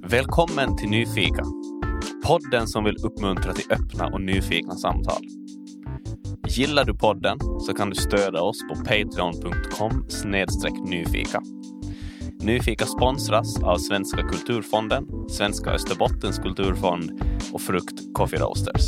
Välkommen till Nyfika. Podden som vill uppmuntra till öppna och nyfikna samtal. Gillar du podden så kan du stödja oss på patreon.com/nyfika. Nyfika sponsras av Svenska kulturfonden, Svenska Österbottens kulturfond och Frukt Coffee Roasters.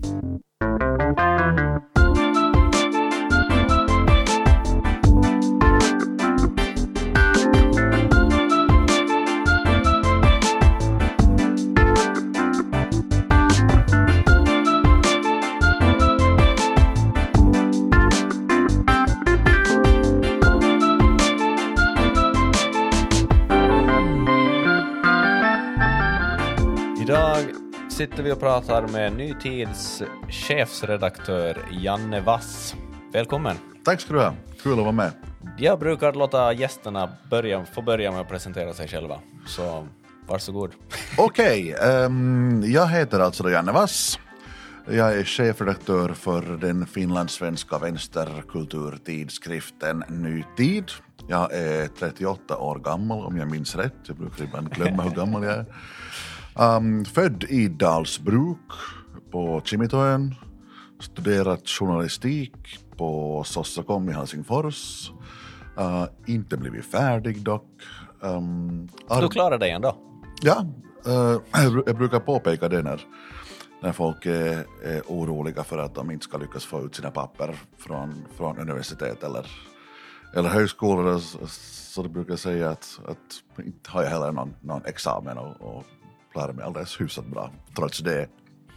Idag sitter vi och pratar med Nytids chefsredaktör Janne Wass. Välkommen. Tack ska du ha. Kul att vara med. Jag brukar låta gästerna få börja med att presentera sig själva. Så varsågod. Okej, jag heter alltså Janne Wass. Jag är chefredaktör för den finlandssvenska vänsterkulturtidskriften Nytid. Jag är 38 år gammal om jag minns rätt. Jag brukar ibland glömma hur gammal jag är. Född i Dalsbruk på Kimitoön, studerat journalistik på Sossakom i Helsingfors, inte blivit färdig dock. Du klarar dig ändå? Ja, jag brukar påpeka det när folk är oroliga för att de inte ska lyckas få ut sina papper från universitet eller högskolor, så det brukar säga att inte har jag heller någon examen och klarar mig alldeles hyfsat bra trots det.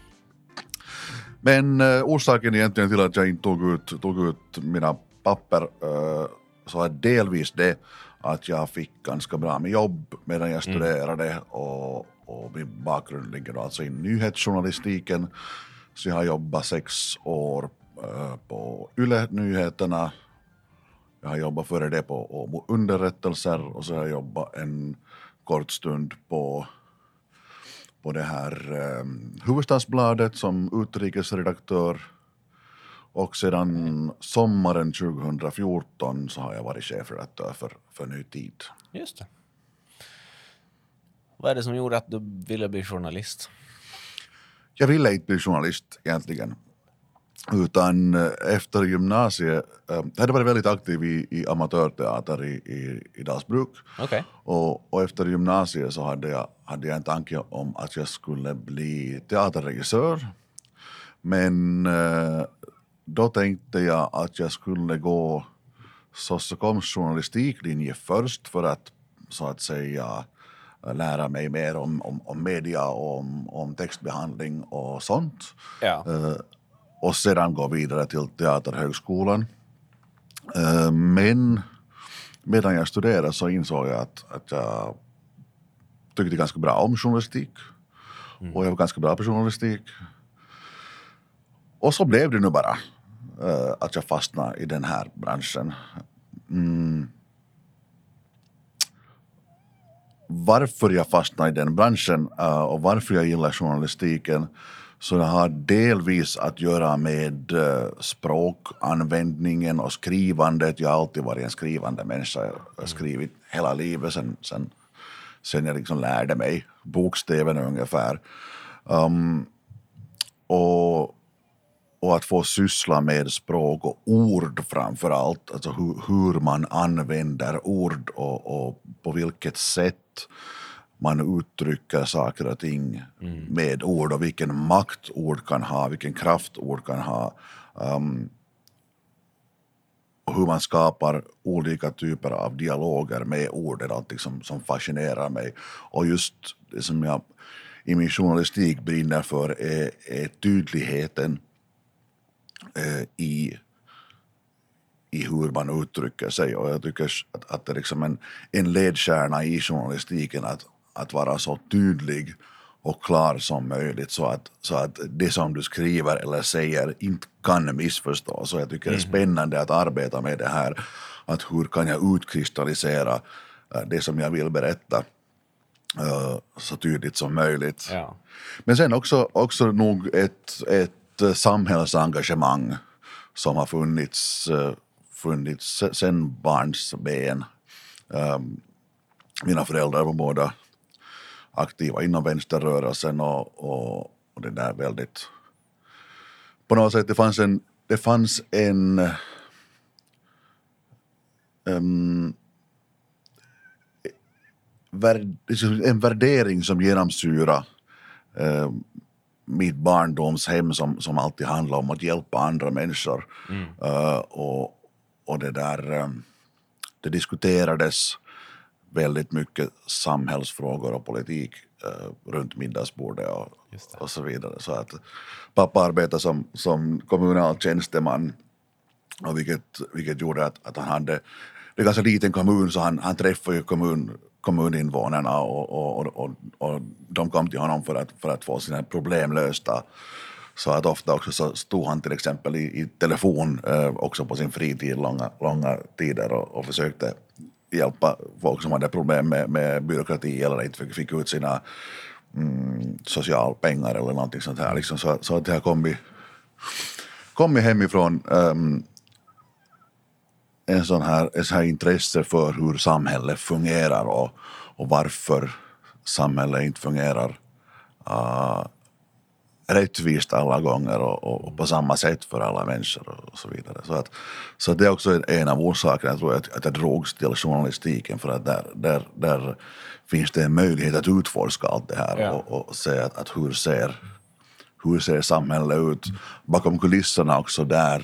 Men orsaken egentligen till att jag inte tog ut mina papper så är delvis det att jag fick ganska bra med jobb medan jag studerade och min bakgrund ligger då alltså i nyhetsjournalistiken. Så jag har jobbat 6 år på Yle-nyheterna. Jag har jobbat före det på Åbo underrättelser och så har jag jobbat en kort stund på det här Hufvudstadsbladet som utrikesredaktör, och sedan sommaren 2014 så har jag varit chefredaktör för Nytid. Just det. Vad är det som gjorde att du ville bli journalist? Jag ville inte bli journalist egentligen, utan efter gymnasiet, jag hade varit väldigt aktiv i amatörteater i Dalsbruk. Okay. Och efter gymnasiet så hade jag en tanke om att jag skulle bli teaterregissör. Men då tänkte jag att jag skulle gå Sossakoms journalistiklinje först för att så att säga lära mig mer om media och om textbehandling och sånt. Ja. Och sedan gå vidare till Teaterhögskolan. Men medan jag studerade så insåg jag att jag tyckte ganska bra om journalistik. Och jag var ganska bra på journalistik. Och så blev det nu bara att jag fastnade i den här branschen. Varför jag fastnade i den branschen och varför jag gillar journalistiken, så det har delvis att göra med språkanvändningen och skrivandet. Jag har alltid varit en skrivande människa. Jag har skrivit hela livet sen jag liksom lärde mig bokstäverna ungefär. Och att få syssla med språk och ord framför allt. Alltså hur man använder ord och på vilket sätt man uttrycker saker och ting med ord, och vilken makt ord kan ha, vilken kraft ord kan ha. Och hur man skapar olika typer av dialoger med ord är allting som fascinerar mig. Och just det som jag i min journalistik brinner för är tydligheten i hur man uttrycker sig. Och jag tycker att det är liksom en ledstjärna i journalistiken att vara så tydlig och klar som möjligt, så att det som du skriver eller säger inte kan missförstås. Så jag tycker det är spännande att arbeta med det här, att hur kan jag utkristallisera det som jag vill berätta så tydligt som möjligt. Ja. Men sen också nog ett samhällsengagemang som har funnits sen barns ben. Mina föräldrar var båda aktiva inom vänsterrörelsen och det där väldigt på något sätt det fanns en värdering som genomsyra mitt barndomshem som alltid handlar om att hjälpa andra människor. Och det där det diskuterades väldigt mycket samhällsfrågor och politik runt middagsbordet och så vidare. Så att pappa arbetade som kommunal tjänsteman och vilket gjorde att han hade det är ganska liten kommun så han träffade ju kommuninvånarna och de kom till honom för att få sina problem lösta. Så att ofta också så stod han till exempel i telefon också på sin fritid långa tider och försökte hjälpa folk som hade problem med byråkrati eller inte fick ut sina socialpengar eller någonting sånt här. Liksom. Så att det har kommit hemifrån en sån här intresse för hur samhället fungerar och varför samhället inte fungerar rättvist alla gånger och på samma sätt för alla människor och så vidare. Så det är också en av orsakerna jag tror att jag drogs till journalistiken för att där finns det en möjlighet att utforska allt det här och se att hur ser samhället ut bakom kulisserna också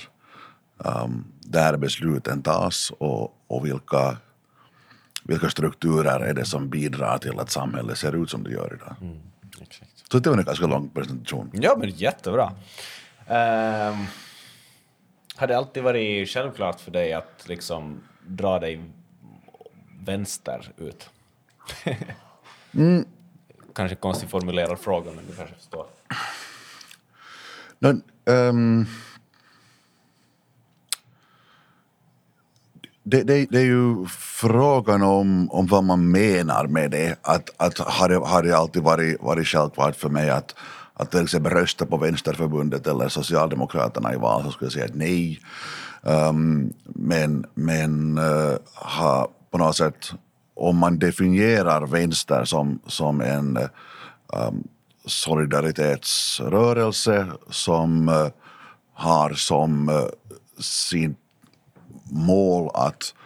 där besluten tas och vilka strukturer är det som bidrar till att samhället ser ut som det gör idag. Exakt. Så det var en ganska lång presentation. Ja, men jättebra. Har det alltid varit självklart för dig att liksom dra dig vänster ut? Kanske konstigt formulerad fråga, men du kanske förstår. Det är ju frågan om vad man menar med det. Att har det alltid varit självklart för mig att till exempel rösta på Vänsterförbundet eller Socialdemokraterna i val, så skulle jag säga nej. Men på något sätt, om man definierar vänster som en solidaritetsrörelse som har som sin mål att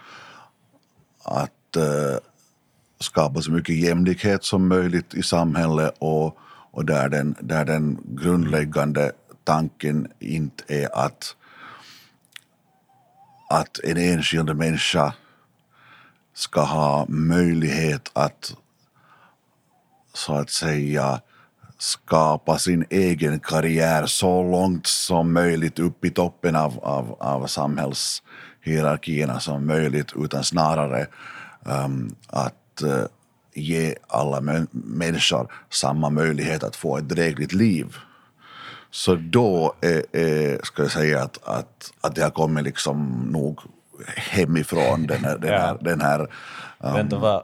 skapa så mycket jämlikhet som möjligt i samhället och där den grundläggande tanken inte är att en enskild människa ska ha möjlighet att så att säga skapa sin egen karriär så långt som möjligt upp i toppen av samhällshierarkierna som möjligt, utan snarare att ge alla människor samma möjlighet att få ett drägligt liv. Så då ska jag säga att det har kommit liksom nog hemifrån den här Vänta, vad?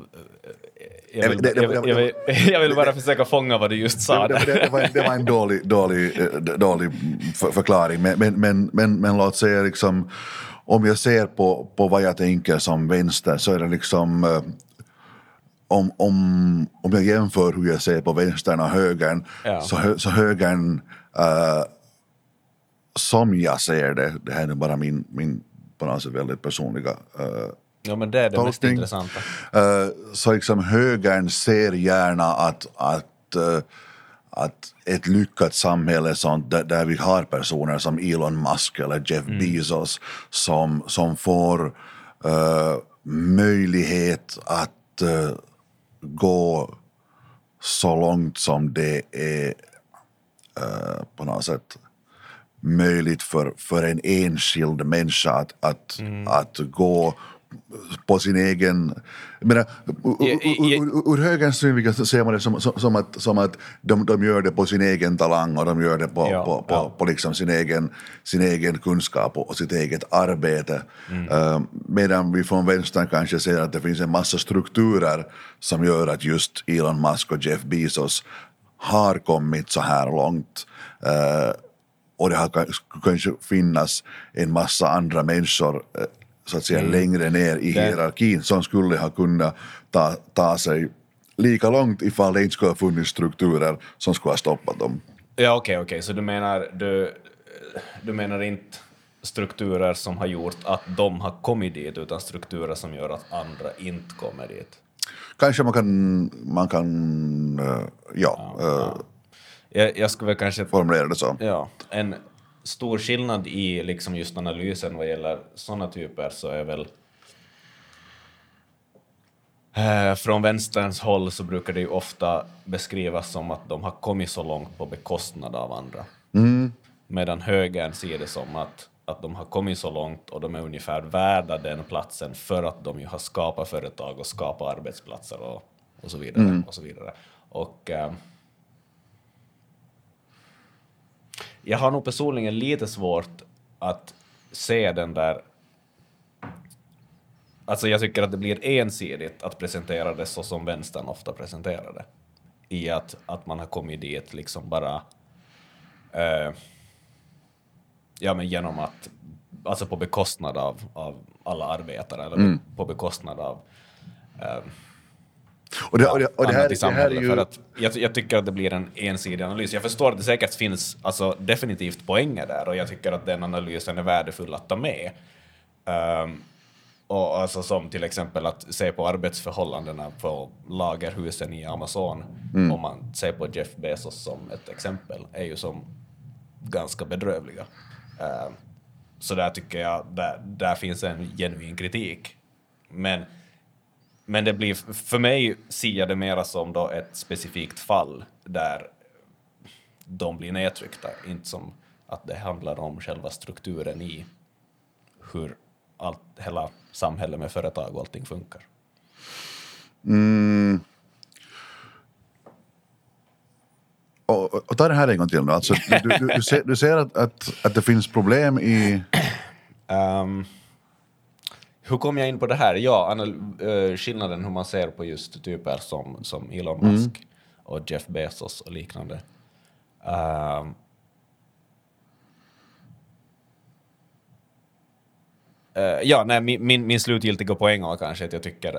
Jag vill bara försöka fånga vad du just sa. Det var en dålig förklaring. Men låt säga liksom, om jag ser på vad jag tänker som vänster, så är det liksom om jag jämför hur jag ser på vänstern och högern, så högern som jag ser det här är bara min på något sätt väldigt personliga ja, men det är det tolkning. Mest intressanta. Så liksom högern ser gärna att ett lyckat samhälle sånt där vi har personer som Elon Musk eller Jeff Bezos som får möjlighet att gå så långt som det är på något sätt möjligt för en enskild människa att gå på sin egen, jag menar, ur högerns synvinkel ser man det som att de gör det på sin egen talang och de gör det på liksom sin egen kunskap och sitt eget arbete. Medan vi från vänstern kanske ser att det finns en massa strukturer som gör att just Elon Musk och Jeff Bezos har kommit så här långt. Och det har kanske finnas en massa andra människor så att säga längre ner i hierarkin som skulle ha kunnat ta sig lika långt ifall det inte skulle ha funnits strukturer som skulle ha stoppat dem. Ja, okej. Så du menar inte strukturer som har gjort att de har kommit dit, utan strukturer som gör att andra inte kommer dit? Kanske man kan Jag skulle väl kanske formulera det så. Ja, en stor skillnad i liksom just analysen vad gäller sådana typer så är väl från vänsterns håll så brukar det ju ofta beskrivas som att de har kommit så långt på bekostnad av andra. Medan högern ser det som att de har kommit så långt och de är ungefär värda den platsen för att de ju har skapat företag och skapat arbetsplatser och så vidare. Och så vidare. Och jag har nog personligen lite svårt att se den där. Alltså jag tycker att det blir ensidigt att presentera det så som vänstern ofta presenterar det. I att man har kommit dit liksom bara men genom att alltså på bekostnad av alla arbetare eller på bekostnad av och det här är ju... För att jag tycker att det blir en ensidig analys. Jag förstår att det säkert finns alltså, definitivt poänger där och jag tycker att den analysen är värdefull att ta med. Och alltså som till exempel att se på arbetsförhållandena på lagerhusen i Amazon, om man ser på Jeff Bezos som ett exempel, är ju som ganska bedrövliga. Så där tycker jag där finns en genuin kritik. Men det blir, för mig ser jag det mera som då ett specifikt fall där de blir nedtryckta, inte som att det handlar om själva strukturen i hur hela samhället med företag och allting funkar. Och ta det här en gång till då. Alltså, du ser att det finns problem i... Hur kom jag in på det här? Ja, skillnaden hur man ser på just typer som Elon Musk och Jeff Bezos och liknande. Min slutgiltiga poäng var kanske att jag tycker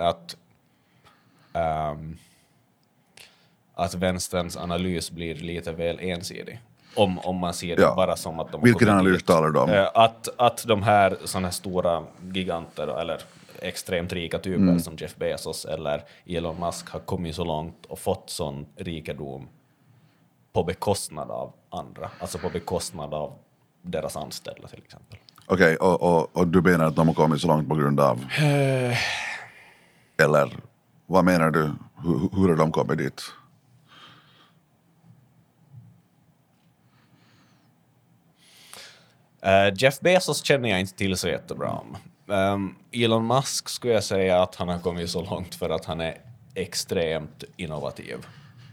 att vänsterns analys blir lite väl ensidig. Om man ser det bara som att de har Vilken analys talar du om? Att de här såna här stora giganter eller extremt rika typer som Jeff Bezos eller Elon Musk har kommit så långt och fått sån rikedom på bekostnad av andra. Alltså på bekostnad av deras anställda till exempel. Okej, och du menar att de har kommit så långt på grund av? Eller vad menar du? Hur har de kommit dit? Jeff Bezos känner jag inte till så jättebra. Elon Musk skulle jag säga att han har kommit så långt för att han är extremt innovativ.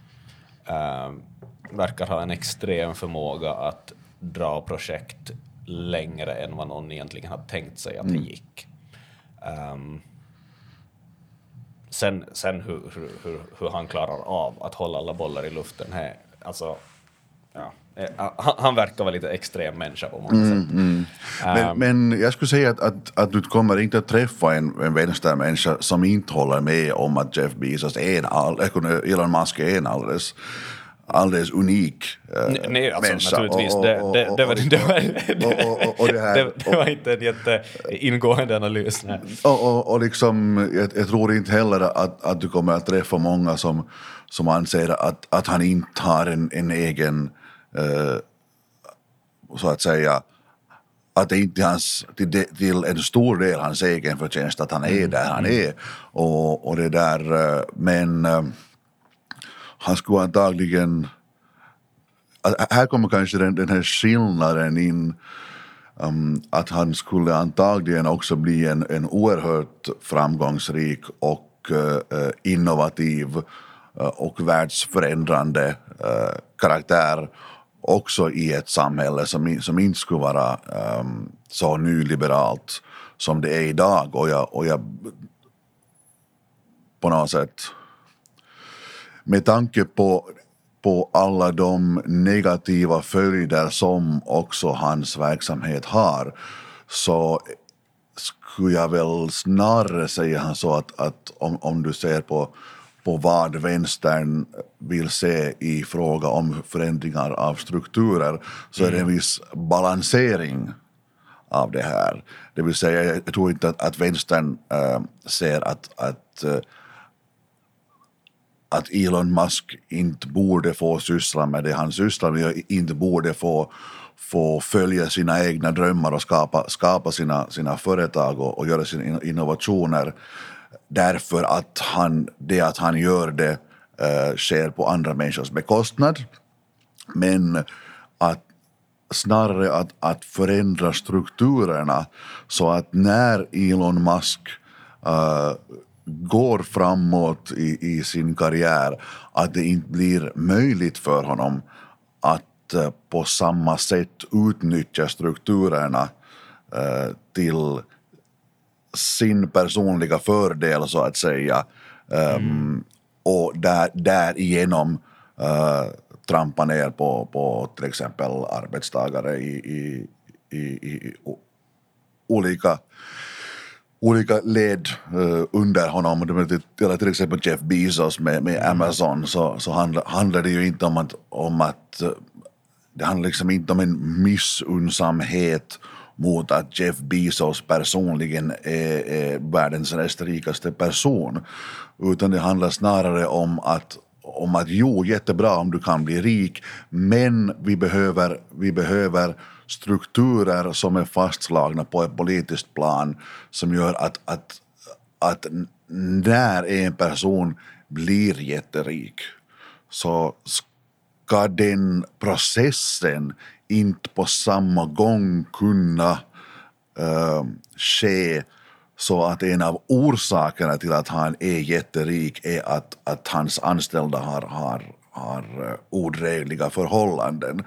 Verkar ha en extrem förmåga att dra projekt längre än vad någon egentligen hade tänkt sig att det gick. Sen hur han klarar av att hålla alla bollar i luften här, alltså han verkar vara lite extrem människa på många sätt. Men jag skulle säga att du kommer inte att träffa en vänstermänniska som inte håller med om att Jeff Bezos är Elon Musk är en alldeles unik nej, alltså, människa. Naturligtvis. Det var inte en jätteingående analys. Nej. Och liksom, jag tror inte heller att du kommer att träffa många som anser att han inte har en egen så att säga, att det inte är till en stor del hans egen förtjänst att han är där han är och det där, men han skulle antagligen, här kommer kanske den här skillnaden in, att han skulle antagligen också bli en oerhört framgångsrik och innovativ och världsförändrande karaktär också i ett samhälle som inte skulle vara så nyliberalt som det är idag, och jag på något sätt med tanke på alla de negativa följder som också hans verksamhet har, så skulle jag väl snarare säga så att om du ser på på vad vänstern vill se i fråga om förändringar av strukturer, så är det en viss balansering av det här. Det vill säga, jag tror inte att vänstern ser att Elon Musk inte borde få syssla med det han sysslar med, inte borde få följa sina egna drömmar och skapa sina företag och göra sina innovationer, därför att han gör det sker på andra människors bekostnad, men snarare att förändra strukturerna så att när Elon Musk går framåt i sin karriär, att det inte blir möjligt för honom att på samma sätt utnyttja strukturerna till sin personliga fördel, så att säga, och därigenom trampa ner på till exempel arbetstagare i olika led under honom. Till exempel Jeff Bezos med Amazon, så handlar det ju inte om att det handlar liksom inte om en missunnsamhet mot att Jeff Bezos personligen är världens näst rikaste person, utan det handlar snarare om att jo, jättebra om du kan bli rik, men vi behöver strukturer som är fastslagna på ett politiskt plan, som gör att när en person blir jätterik, så ska den processen inte på samma gång kunna ske så att en av orsakerna till att han är jätterik är att hans anställda har odrägliga förhållanden.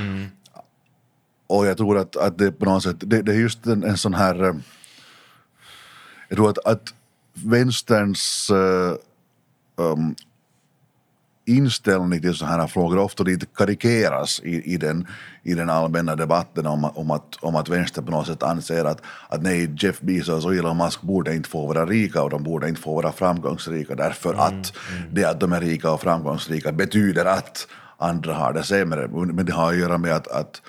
Och jag tror att det på något sätt, det är just en sån här, jag tror att vänsterns inställning till sådana här frågor ofta lite karikeras i den allmänna debatten om att vänster på något sätt anser att nej, Jeff Bezos och Elon Musk borde inte få vara rika, och de borde inte få vara framgångsrika, därför att det att de är rika och framgångsrika betyder att andra har det sämre. Men det har att göra med att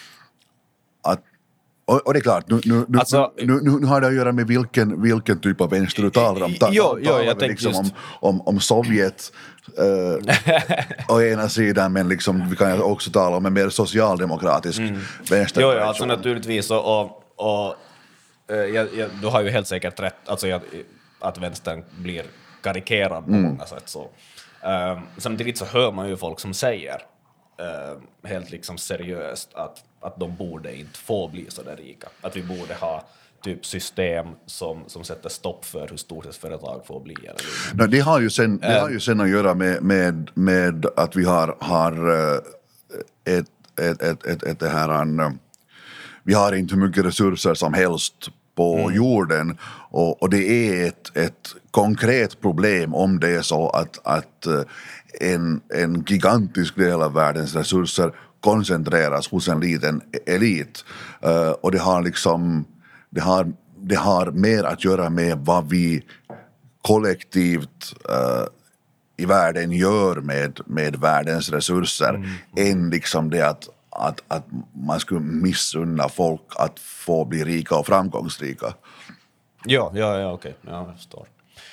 och det är klart, nu har det att göra med vilken typ av vänster du talar om. Jag tänkte liksom om Sovjet å ena sidan, men liksom vi kan också tala om en mer socialdemokratisk vänster. Jo, alltså naturligtvis, och du har ju helt säkert rätt, alltså att vänstern blir karikerad på många sätt så. Samtidigt så hör man ju folk som säger helt liksom seriöst att de borde inte få bli så där rika. Att vi borde ha typ system som sätter stopp för hur stort ett företag får bli. Eller det har ju sen att göra med att vi har det här, vi har inte hur mycket resurser som helst på jorden, och det är ett konkret problem om det är så att en gigantisk del av världens resurser koncentreras hos en liten elit, och det har mer att göra med vad vi kollektivt i världen gör med världens resurser än liksom det att man skulle missunna folk att få bli rika och framgångsrika. Ja, okej. Ja, jag förstår.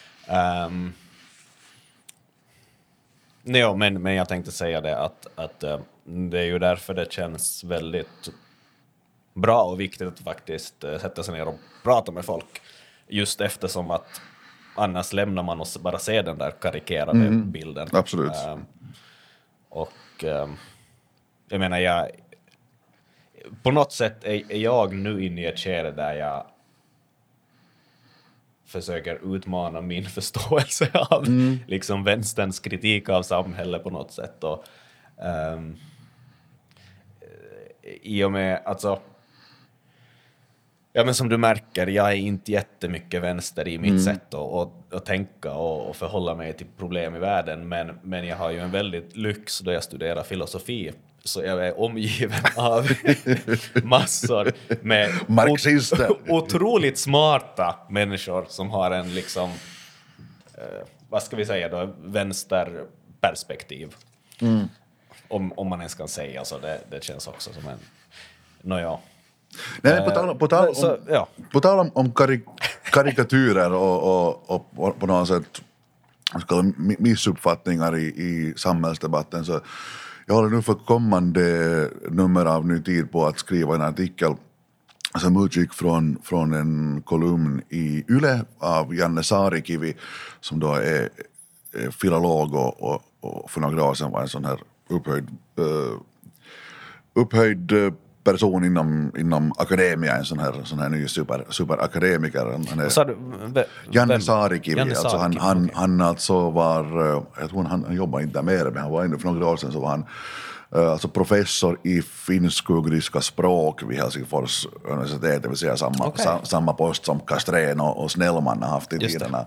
Nej, men jag tänkte säga det att det är ju därför det känns väldigt bra och viktigt att faktiskt sätta sig ner och prata med folk, just eftersom att annars lämnar man oss bara se den där karikerade bilden. Absolut. Och jag menar, på något sätt är jag nu inne i ett skede där jag försöker utmana min förståelse av liksom vänsterns kritik av samhället på något sätt, och i och med, alltså, ja, men som du märker, jag är inte jättemycket vänster i mitt sätt att tänka och förhålla mig till problem i världen, men jag har ju en väldigt lyx då jag studerar filosofi, så jag är omgiven av massor med otroligt smarta människor som har en liksom vad ska vi säga då, vänsterperspektiv. Om man ens kan säga så, det känns också som en... Nåja. Nej, på tal om karikatyrer och på något sätt missuppfattningar i samhällsdebatten, så jag håller nu för kommande nummer av Ny Tid på att skriva en artikel som utgick från en kolumn i Yle av Janne Saarikivi, som då är filolog och för några år sedan var en sån här upphöjd person inom akademia, en sån här ny superakademiker. Janne Saarikivi, alltså han alltså var, jag tror han jobbar inte mer, men han var ändå för några år sedan så var han alltså professor i finsk-ugriska språk vid Helsingfors universitet, det vill säga samma post som Castrén och Snellman har haft i tiderna.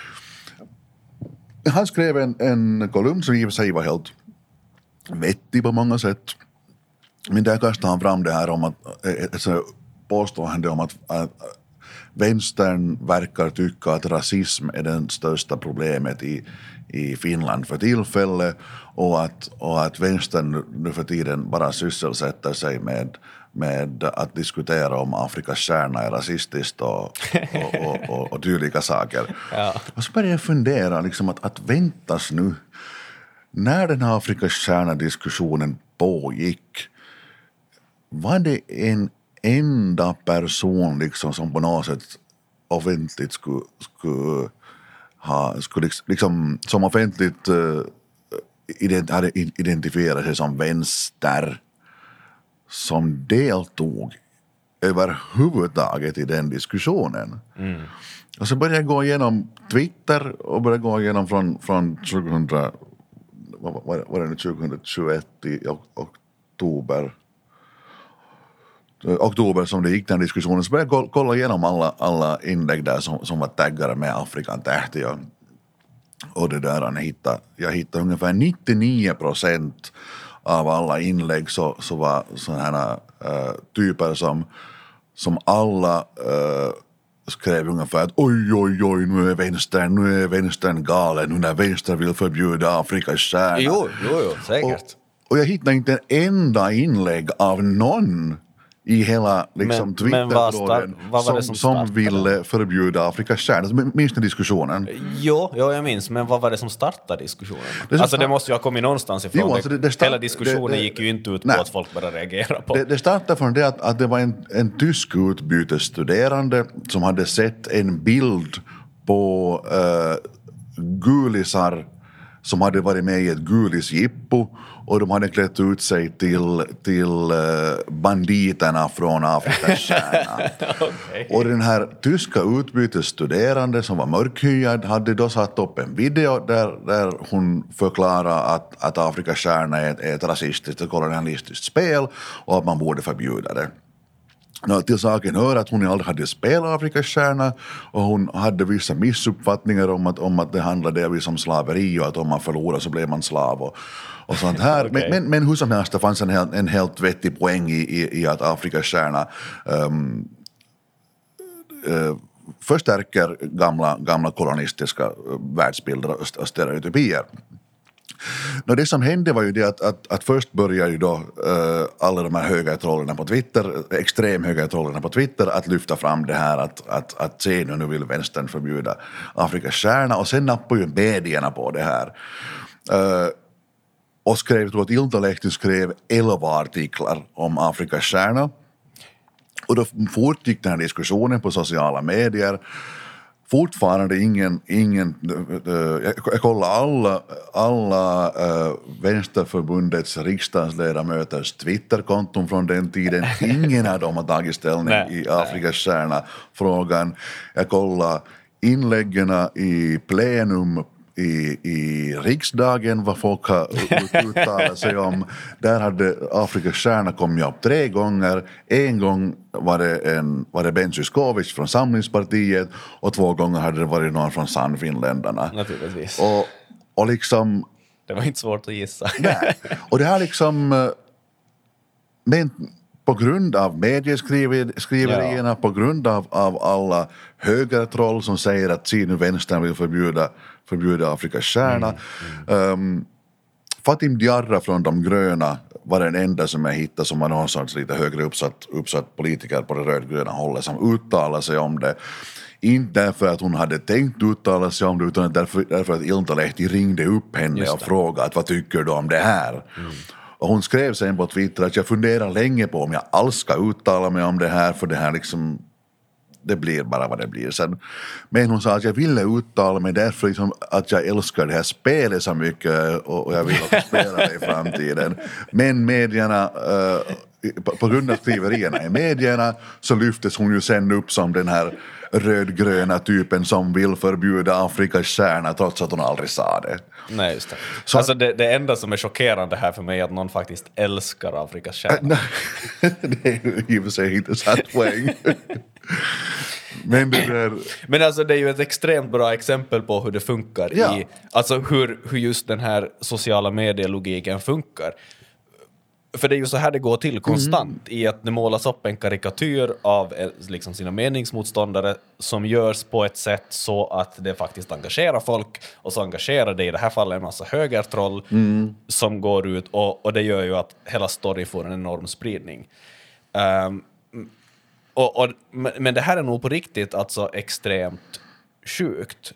Han skrev en kolumn som i och för sig var helt vettig på många sätt. Men där kastade han fram det här om att påstående om att vänstern verkar tycka att rasism är det största problemet i Finland för tillfället, och att vänstern nu för tiden bara sysselsätter sig med att diskutera om Afrikas stjärna är rasistiskt och dylika saker. Ja. Och så började jag fundera liksom att väntas nu, när den här Afrikas stjärna-diskussionen pågick, var det en enda person liksom som på något sätt offentligt skulle liksom som offentligt hade identifierat sig som vänster, som deltog överhuvudtaget i den diskussionen. Och så började jag gå igenom Twitter och började gå igenom från 2021 i oktober som det gick den diskussionen, så började jag kolla igenom alla inlägg där som var taggade med Afrikan tähti och det där. Jag hittade ungefär 99% av alla inlägg så var sådana typer som alla skrev ungefär att oj, nu är vänstern galen, nu när vänstern vill förbjuda Afrikas stjärna. Jo, säkert. Och jag hittade inte en enda inlägg av någon i hela liksom Twitter-tråden som ville förbjuda Afrikas stjärna. Minns ni diskussionen? Jo, jag minns. Men vad var det som startade diskussionen? Det måste ju ha kommit någonstans ifrån. Jo, alltså hela diskussionen gick ju inte ut på att folk bara reagera på. Det startade från det att det var en tysk utbytesstuderande som hade sett en bild på gulisar som hade varit med i ett gulisjippo, och de hade klätt ut sig till banditerna från Afrikas stjärna. Okay. Och den här tyska utbytesstuderande som var mörkhyad hade då satt upp en video där hon förklarade att Afrikas stjärna är ett rasistiskt och kolonialistiskt spel och att man borde förbjuda det. Till saken hör att hon aldrig hade spelat Afrikas stjärna, och hon hade vissa missuppfattningar om att det handlade om slaveri och att om man förlorar så blev man slav och sånt här. Okay. Men hur som helst, det fanns en helt vettig poäng i att Afrikas stjärna förstärker gamla kolonistiska världsbilder och stereotypier. Det som hände var ju det att först började ju då alla de här högertrollerna på Twitter, extremhögertrollerna på Twitter, att lyfta fram det här att se nu vill vänstern förbjuda Afrikas stjärna, och sen nappade ju medierna på det här och skrev, jag tror att Iltalehti skrev 11 artiklar om Afrikas stjärna, och då fortgick den här diskussionen på sociala medier. Fortfarande ingen jag kollar alla Vänsterförbundets riksdagsledamöters Twitterkonton från den tiden. Ingen av dem har tagit ställning i Afrikas stjärna-frågan. Jag kollar inläggen i plenum i riksdagen, vad folk har uttalat sig om. Där hade Afrikas stjärna kommit upp 3 gånger. En gång var det Ben Zyskowicz från Samlingspartiet, och 2 gånger hade det varit någon från Sannfinländarna. Naturligtvis. Och liksom... Det var inte svårt att gissa. Nej. Och det här liksom... Men på grund av medieskriverierna, på grund av alla högertroll som säger att nu vänstern vill förbjuda Afrikas stjärna. Fatim Diarra från De gröna var den enda som jag hittade som var någon sorts lite högre uppsatt politiker på det rödgröna hållet som uttalade sig om det. Inte därför att hon hade tänkt uttala sig om det, utan därför att Iltalehti ringde upp henne och frågade att vad tycker du om det här? Och hon skrev sen på Twitter att jag funderar länge på om jag alls ska uttala mig om det här, för det här liksom, det blir bara vad det blir sen. Men hon sa att jag ville uttala mig därför liksom att jag älskar det här spelet så mycket och jag vill också spela det i framtiden. Men medierna, på grund av skriverierna i medierna, så lyftes hon ju sen upp som den här rödgröna typen som vill förbjuda Afrikas stjärna trots att hon aldrig sa det. Nej, just det. Så alltså det enda som är chockerande här för mig är att någon faktiskt älskar Afrikas stjärna. Det är ju i och för sig inte satt poäng. Men alltså det är ju ett extremt bra exempel på hur det funkar alltså hur just den här sociala medielogiken funkar. För det är ju så här det går till konstant i att det målas upp en karikatyr av liksom sina meningsmotståndare som görs på ett sätt så att det faktiskt engagerar folk, och så engagerar det i det här fallet en massa högertroll som går ut och det gör ju att hela story får en enorm spridning. Men det här är nog på riktigt alltså extremt sjukt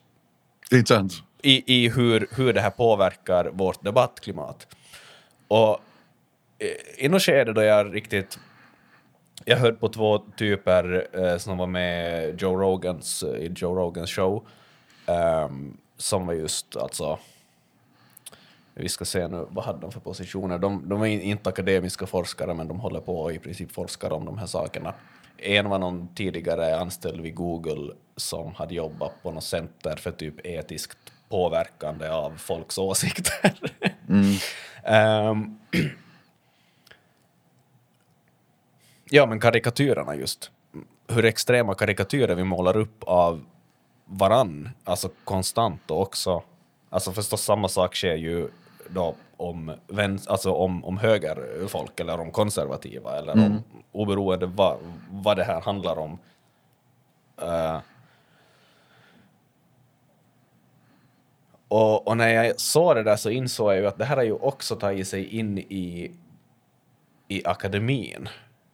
i hur det här påverkar vårt debattklimat. Och i något skede då jag hörde på 2 typer som var med i Joe Rogans show som var just alltså, vi ska se nu, vad hade de för positioner? De var inte akademiska forskare, men de håller på och i princip forskar om de här sakerna. En var någon tidigare anställd vid Google som hade jobbat på något center för typ etiskt påverkande av folks åsikter. Ja, men karikatyrerna just. Hur extrema karikatyrer vi målar upp av varann, alltså konstant, och också, alltså förstås samma sak sker ju då om högerfolk eller om konservativa eller om oberoende vad det här handlar om. Och när jag såg det där så insåg jag ju att det här har ju också tagit sig in i akademin.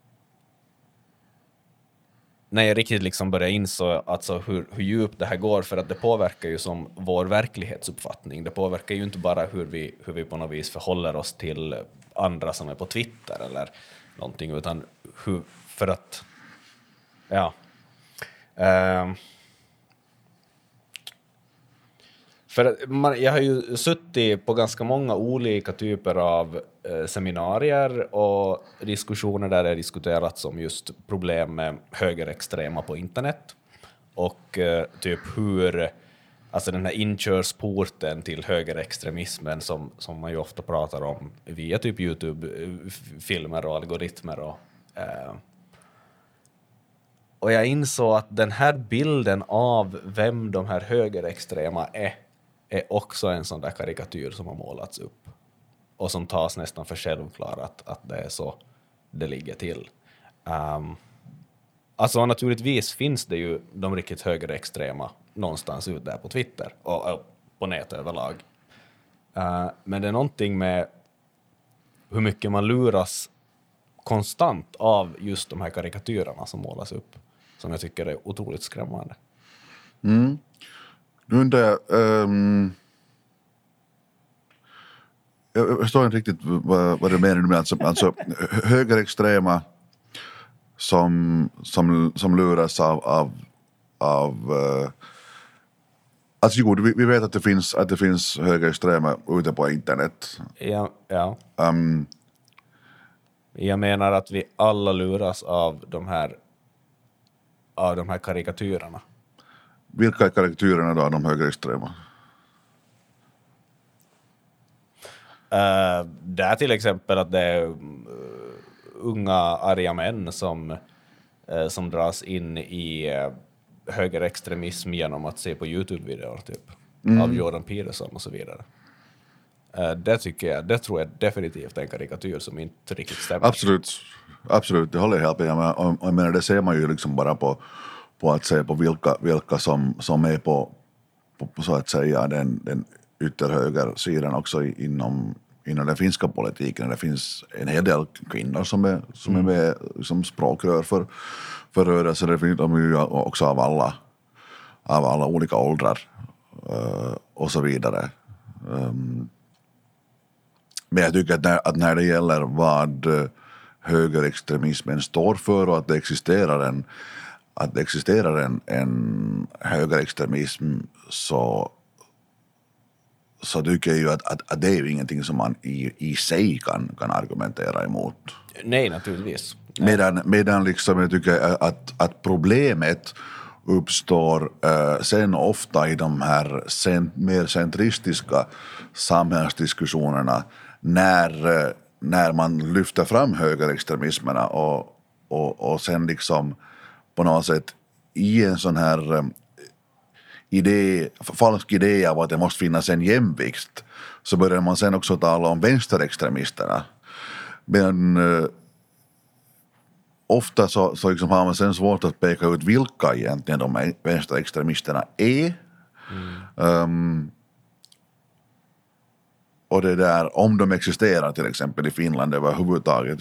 När jag riktigt liksom började inså alltså hur djupt det här går, för att det påverkar ju som vår verklighetsuppfattning. Det påverkar ju inte bara hur vi på något vis förhåller oss till andra som är på Twitter eller någonting, utan för att jag har ju suttit på ganska många olika typer av seminarier och diskussioner där det diskuterats om just problem med högerextrema på internet och typ hur, alltså den här inkörsporten till högerextremismen som man ju ofta pratar om via typ YouTube-filmer och algoritmer och jag insåg att den här bilden av vem de här högerextrema är också en sån där karikatyr som har målats upp och som tas nästan för självklart att det är så det ligger till. Alltså naturligtvis finns det ju de riktigt högerextrema någonstans ut där på Twitter och på nätet överlag. Men det är någonting med hur mycket man luras konstant av just de här karikatyrerna som målas upp som jag tycker är otroligt skrämmande. Nu undrar jag förstår inte riktigt vad du menar med alltså högerextrema som luras av alltså jo, vi vet att det finns högerextrema ute på internet. Ja. Jag menar att vi alla luras av de här karikatyrerna. Vilka är karikatyrerna då, de högerextrema? Där till exempel att det är unga arga män som dras in i högerextremism genom att se på YouTube-videor typ av Jordan Peterson och så vidare. Det tror jag definitivt är en karikatyr som inte riktigt stämmer. Absolut, det håller jag helt med. Och jag menar, det ser man ju liksom bara på att se på vilka som är på så att säga den ytterhögersidan också inom den finska politiken. Det finns en hel del kvinnor som är med som språkrör för rörelser. Det finns de ju också av alla olika åldrar och så vidare. Men jag tycker att när det gäller vad högerextremismen står för och att det existerar en högerextremism så tycker jag ju att det är ju ingenting som man i sig kan argumentera emot. Nej, naturligtvis. Medan liksom jag tycker att problemet uppstår sen ofta i de här mer centristiska samhällsdiskussionerna när man lyfter fram högerextremismerna och sen liksom på något sätt i en sån här falsk idé av att det måste finnas en jämvikt så börjar man sen också tala om vänsterextremisterna. Men ofta så liksom har man sen svårt att peka ut vilka egentligen de vänsterextremisterna är. Och det där, om de existerar till exempel i Finland överhuvudtaget.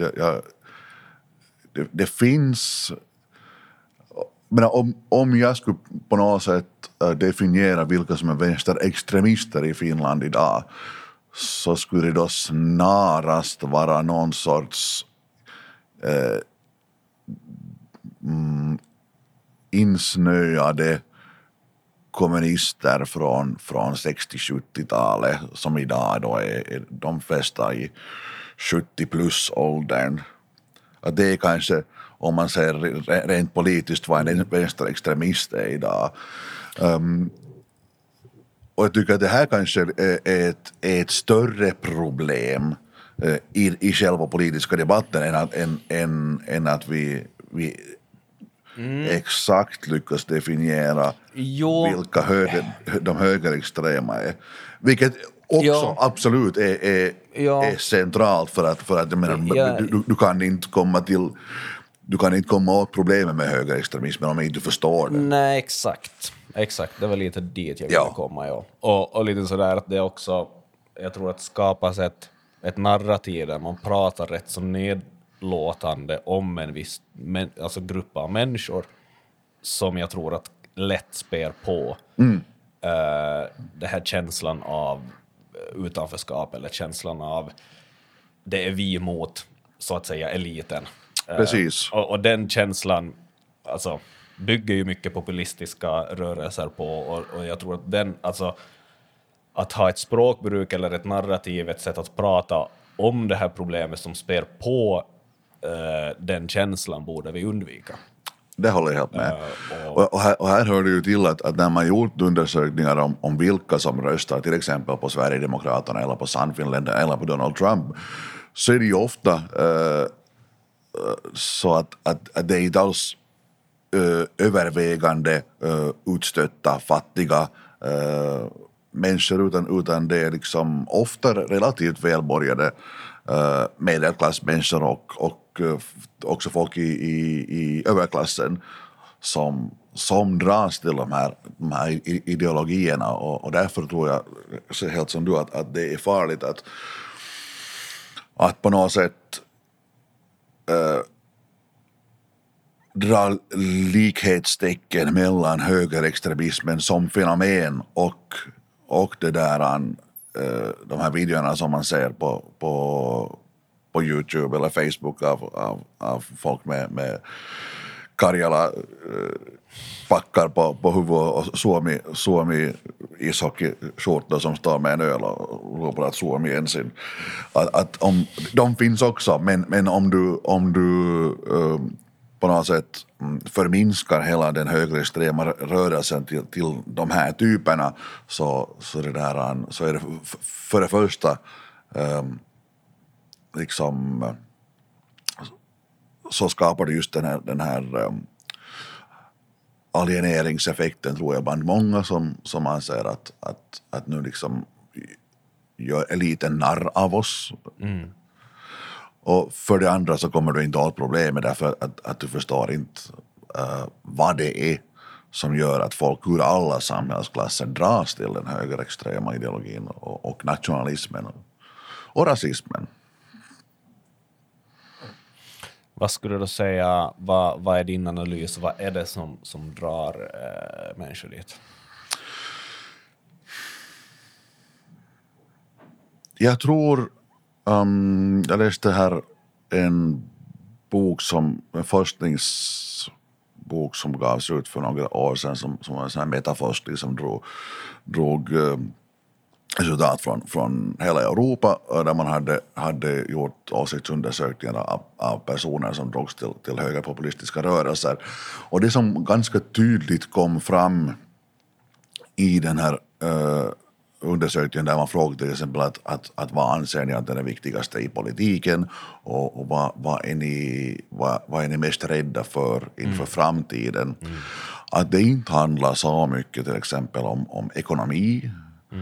Det finns... Men om jag skulle på något sätt definiera vilka som är vänsterextremister i Finland idag så skulle det då snarast vara någon sorts insnöade kommunister från 60-70-talet som idag då är de flesta i 70-plus-åldern. Att det är kanske, om man säger rent politiskt, vad en vänsterextremist är idag. Och jag tycker att det här kanske är ett större problem i själva politiska debatten än att vi exakt lyckas definiera vilka de högerextrema är. Vilket också absolut är centralt för att jag menar, du kan inte komma åt problemet med högerextremismen om du inte förstår det. Nej, exakt. Det var lite dit jag ville komma. Ja. Och lite sådär att det också, jag tror att skapas ett narrativ där man pratar rätt så nedlåtande om en viss alltså grupp av människor som jag tror att lätt spär på det här känslan av utanförskap eller känslan av det är vi mot så att säga eliten. Precis. Och den känslan alltså bygger ju mycket populistiska rörelser på och jag tror att att ha ett språkbruk eller ett narrativ, ett sätt att prata om det här problemet som spär på den känslan borde vi undvika. Det håller jag helt med. Och här hör det ju till att när man gjort undersökningar om vilka som röstar till exempel på Sverigedemokraterna eller på Sannfinländer eller på Donald Trump så är det ju ofta så att det är inte alls övervägande utstötta, fattiga människor utan det är liksom ofta relativt välborgade medelklassmänniskor och också folk i överklassen som dras till de här ideologierna och därför tror jag helt som du att det är farligt att på något sätt dra likhetstecken mellan högerextremismen som fenomen och det där de här videorna som man ser på YouTube eller Facebook av folk med Karjala packar på huvudet och Suomi ishockeyskjortor som står med en öl och ropar att Suomi ensin. Att om de finns också men om du på något sätt förminskar hela den högerextrema rörelsen till de här typerna så är det för det första liksom så skapar det just den här alieneringseffekten tror jag bland många som anser att nu liksom gör eliten narr av oss. Och för det andra så kommer du inte åt problemet därför att du förstår inte vad det är som gör att folk ur alla samhällsklasser dras till den högerextrema ideologin och nationalismen och rasismen. Vad skulle du säga, vad är din analys, vad är det som drar människor dit? Jag tror, jag läste här en forskningsbok som gavs ut för några år sedan som var en sån här metaforskning som drog resultat från hela Europa där man hade gjort åsiktsundersökningar av personer som drogs till högerpopulistiska rörelser. Och det som ganska tydligt kom fram i den här undersökningen där man frågade till exempel att vad anser ni att det är det viktigaste i politiken och vad är ni mest rädda för inför framtiden. Att det inte handlar så mycket till exempel om ekonomi.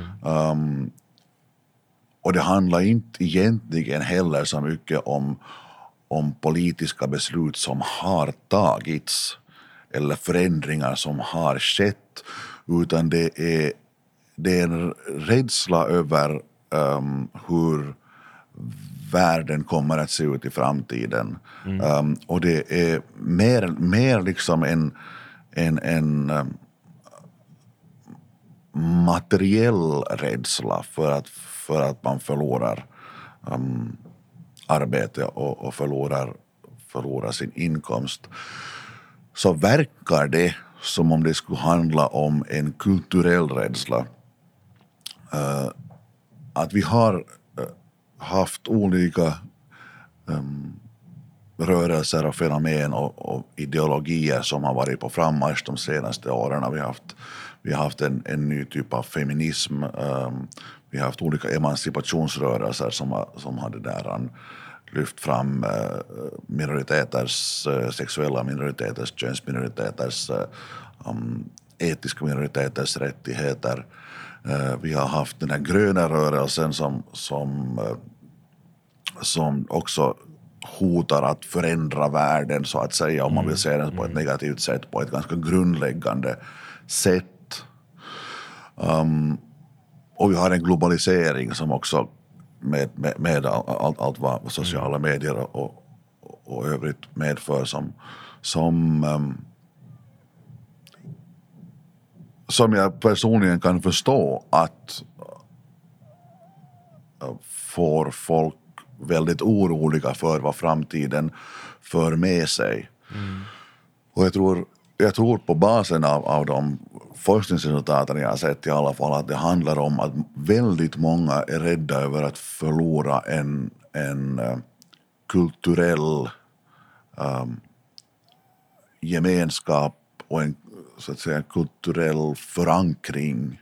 Och det handlar inte egentligen heller så mycket om politiska beslut som har tagits eller förändringar som har skett, utan det är en rädsla över hur världen kommer att se ut i framtiden. Och det är mer liksom en materiell rädsla för att man förlorar arbete och förlorar sin inkomst. Så verkar det som om det skulle handla om en kulturell rädsla. Att vi har haft olika rörelser och fenomen och ideologier som har varit på frammarsch de senaste åren. Vi har haft en ny typ av feminism. Vi har haft olika emancipationsrörelser som hade där lyft fram minoriteters, sexuella minoriteters, könsminoriteters, etiska minoriteters rättigheter. Vi har haft den här gröna rörelsen som också hotar att förändra världen så att säga, om man vill se den på ett negativt sätt, på ett ganska grundläggande sätt. Och vi har en globalisering som också med allt vad sociala medier och övrigt medför som jag personligen kan förstå att får folk väldigt oroliga för vad framtiden för med sig. Och jag tror på basen av de forskningsresultaten jag har sett i alla fall att det handlar om att väldigt många är rädda över att förlora en kulturell gemenskap och en så att säga kulturell förankring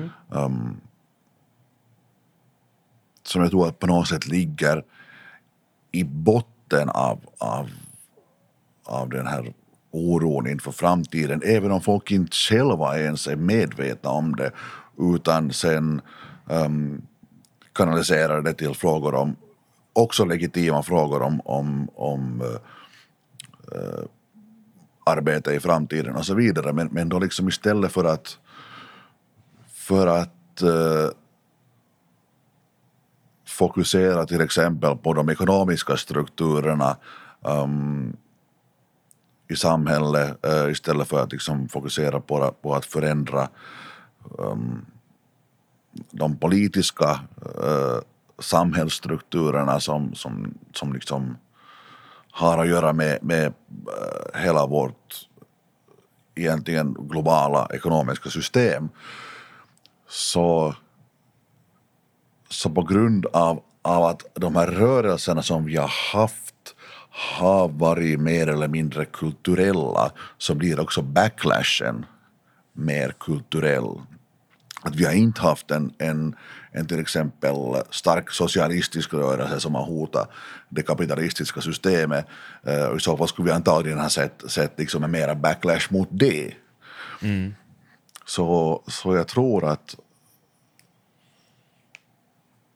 som jag tror att på något sätt ligger i botten av den här oron inför framtiden, även om folk inte själva ens är medvetna om det, utan sen kanaliserar det till frågor om, också legitima frågor om arbete i framtiden och så vidare, men då liksom istället för att fokusera till exempel på de ekonomiska strukturerna i samhället, istället för att liksom fokusera på att förändra de politiska samhällsstrukturerna som liksom har att göra med hela vårt egentligen globala ekonomiska system, så på grund av att de här rörelserna som vi har haft har varit mer eller mindre kulturella, så blir också backlashen mer kulturell. Att vi har inte haft en till exempel stark socialistisk rörelse som har hotat det kapitalistiska systemet. I så fall skulle vi antagligen ha sett liksom en mera backlash mot det. Så jag tror att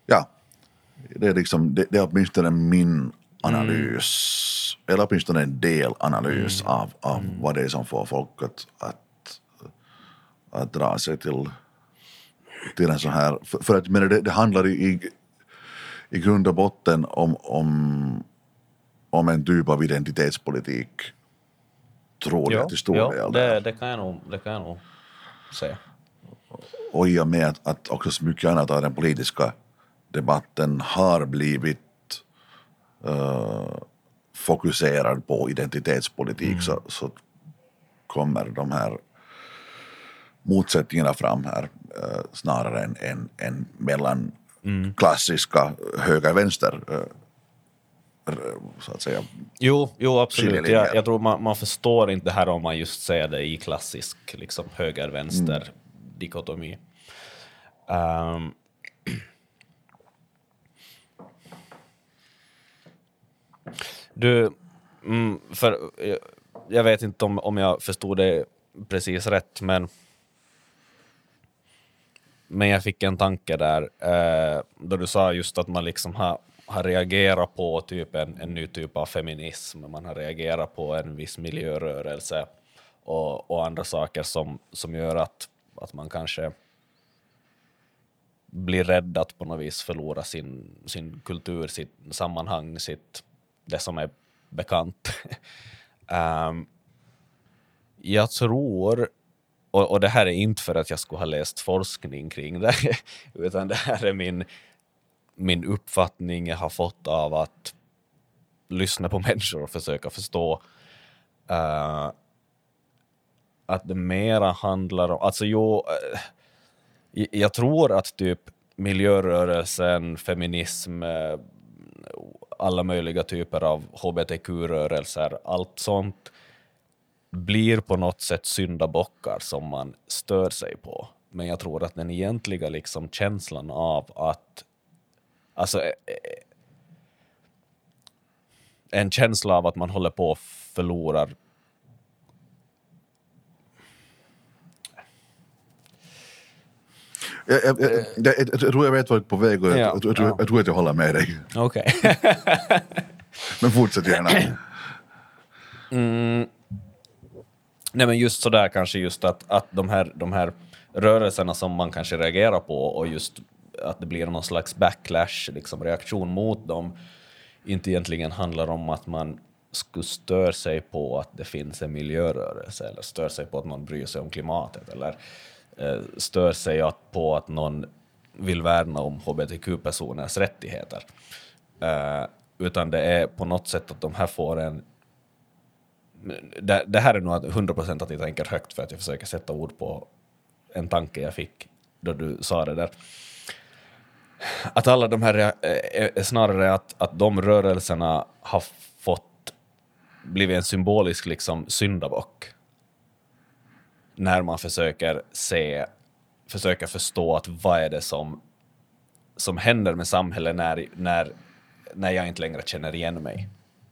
Ja, det är liksom, det är åtminstone min analys, eller åtminstone en del analys av vad det är som får folk att dra sig till en sån här, för att men det handlar i grund och botten om en typ av identitetspolitik, tror jag till stor del. Det kan jag nog säga. Och i och med att också så mycket annat av den politiska debatten har blivit fokuserad på identitetspolitik, så kommer de här motsättningarna fram här snarare än mellan klassiska höger-vänster så att säga. Jo absolut. Jag tror man förstår inte det här om man just säger det i klassisk liksom, höger-vänster dikotomi. För jag vet inte om jag förstod det precis rätt, men jag fick en tanke där då du sa just att man liksom har reagerat på typ en ny typ av feminism, man har reagerat på en viss miljörörelse och andra saker som gör att man kanske blir rädd att på något vis förlora sin kultur, sitt sammanhang, det som är bekant. Jag tror, och det här är inte för att jag skulle ha läst forskning kring det, utan det här är min uppfattning jag har fått av att lyssna på människor och försöka förstå att det mera handlar om, alltså jag tror att typ miljörörelsen, feminism, alla möjliga typer av hbtq-rörelser, allt sånt blir på något sätt syndabockar som man stör sig på. Men jag tror att den egentliga liksom känslan av att, alltså en känsla av att man håller på att förlorar. Jag tror jag vet vad du är på väg, och jag tror att jag håller med dig. Okej. Men fortsätt gärna. Nej, men just sådär kanske just att de här rörelserna som man kanske reagerar på, och just att det blir någon slags backlash, liksom reaktion mot dem, inte egentligen handlar om att man skulle stör sig på att det finns en miljörörelse, eller stör sig på att någon bryr sig om klimatet, eller stör sig på att någon vill värna om hbtq-personers rättigheter. Utan det är på något sätt att de här får en... Det här är nog 100% att jag tänker högt för att jag försöker sätta ord på en tanke jag fick då du sa det där. Att alla de här är snarare att de rörelserna har blivit en symbolisk liksom syndabock. När man försöker förstå att vad är det som händer med samhället när jag inte längre känner igen mig.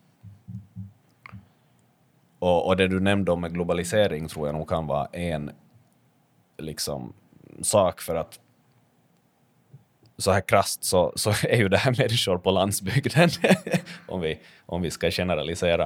Och det du nämnde om med globalisering tror jag nog kan vara en liksom sak, för att så här krasst så är ju det här människor på landsbygden om vi ska generalisera.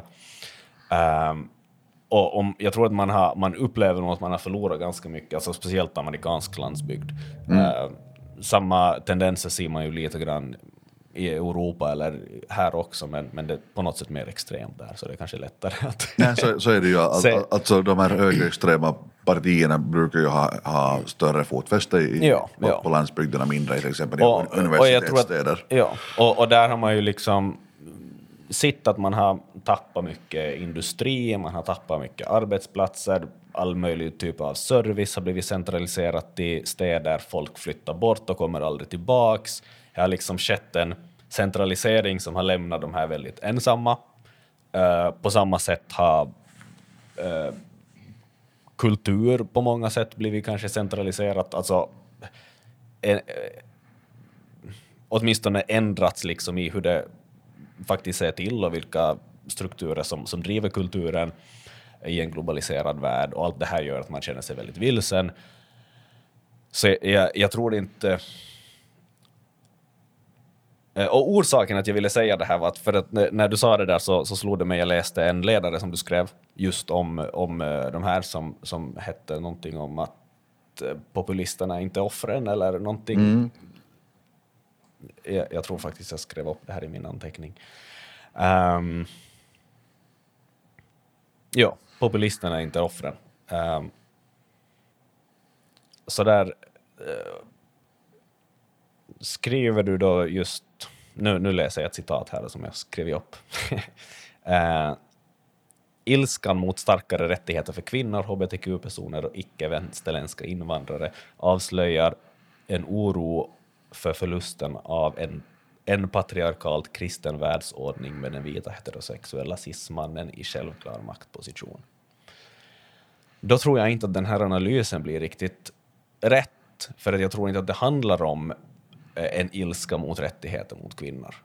Och jag tror att man upplever nog att man har förlorat ganska mycket, alltså speciellt amerikansk landsbygd. Samma tendenser ser man ju lite grann i Europa eller här också, men det är på något sätt mer extremt där, så det är kanske lättare att... Nej, så är det ju. Alltså de här högerextrema partierna brukar ju ha större fotfäste på landsbygderna, mindre till exempel i universitetsstäder. Och där har man ju liksom sett att man har tappat mycket industri, man har tappat mycket arbetsplatser, all möjlig typ av service har blivit centraliserat till städer, folk flyttar bort och kommer aldrig tillbaks. Det har liksom skett en centralisering som har lämnat de här väldigt ensamma. På samma sätt har kultur på många sätt blivit kanske centraliserat. Alltså åtminstone ändrats liksom i hur det faktiskt är till och vilka strukturer som driver kulturen i en globaliserad värld. Och allt det här gör att man känner sig väldigt vilsen. Så jag tror inte... Och orsaken att jag ville säga det här var att, för att när du sa det där så slog det mig, jag läste en ledare som du skrev just om de här som hette någonting om att populisterna är inte offren eller någonting. Jag tror faktiskt jag skrev upp det här i min anteckning. Ja, populisterna är inte offren. Så där skriver du då just, nu läser jag ett citat här som jag skrev upp. Ilskan mot starkare rättigheter för kvinnor, hbtq-personer och icke-västerländska invandrare avslöjar en oro för förlusten av en patriarkalt kristen världsordning med den vita heterosexuella cismannen i självklar maktposition. Då tror jag inte att den här analysen blir riktigt rätt, för att jag tror inte att det handlar om en ilska mot rättigheter mot kvinnor.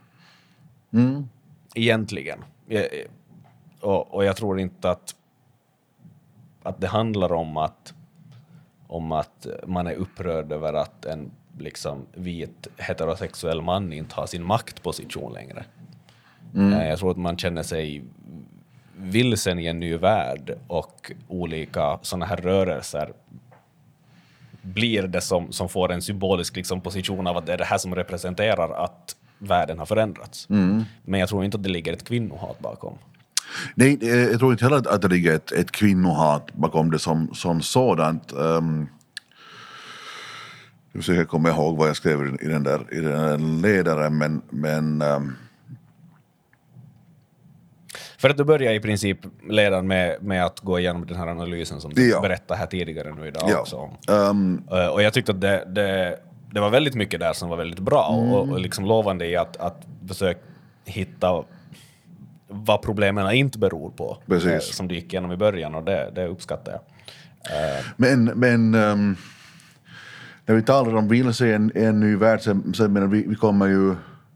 Egentligen. Och jag tror inte att det handlar om att man är upprörd över att en liksom vit heterosexuell man inte har sin maktposition längre. Jag tror att man känner sig vilsen i en ny värld, och olika såna här rörelser blir det som får en symbolisk liksom position av att det är det här som representerar att världen har förändrats. Men jag tror inte att det ligger ett kvinnohat bakom. Nej, jag tror inte heller att det ligger ett kvinnohat bakom det som sådant. Jag försöker komma ihåg vad jag skrev i den där ledaren, men för att du börjar i princip ledaren med att gå igenom den här analysen som du berättade här tidigare nu idag också. Och jag tyckte att det var väldigt mycket där som var väldigt bra och liksom lovande i att försöka hitta vad problemen inte beror på. Som du gick igenom i början, och det uppskattar jag. Men när vi talar om vilse en ny värld, så menar vi kommer ju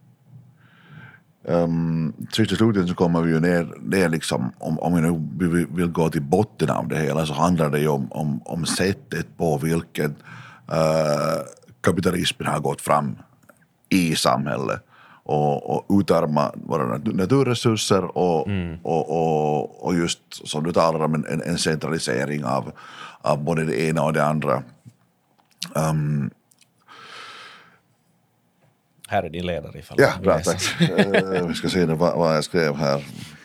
till slutet så kommer vi ju ner liksom, om vi nu vill gå till botten av det hela, så handlar det ju om sättet på vilket kapitalismen har gått fram i samhället och utarma våra naturresurser och just som du talar om en centralisering av både det ena och det andra. Här är din ledare ifall. Ja, bra, tack. Vi ska se vad jag skrev här.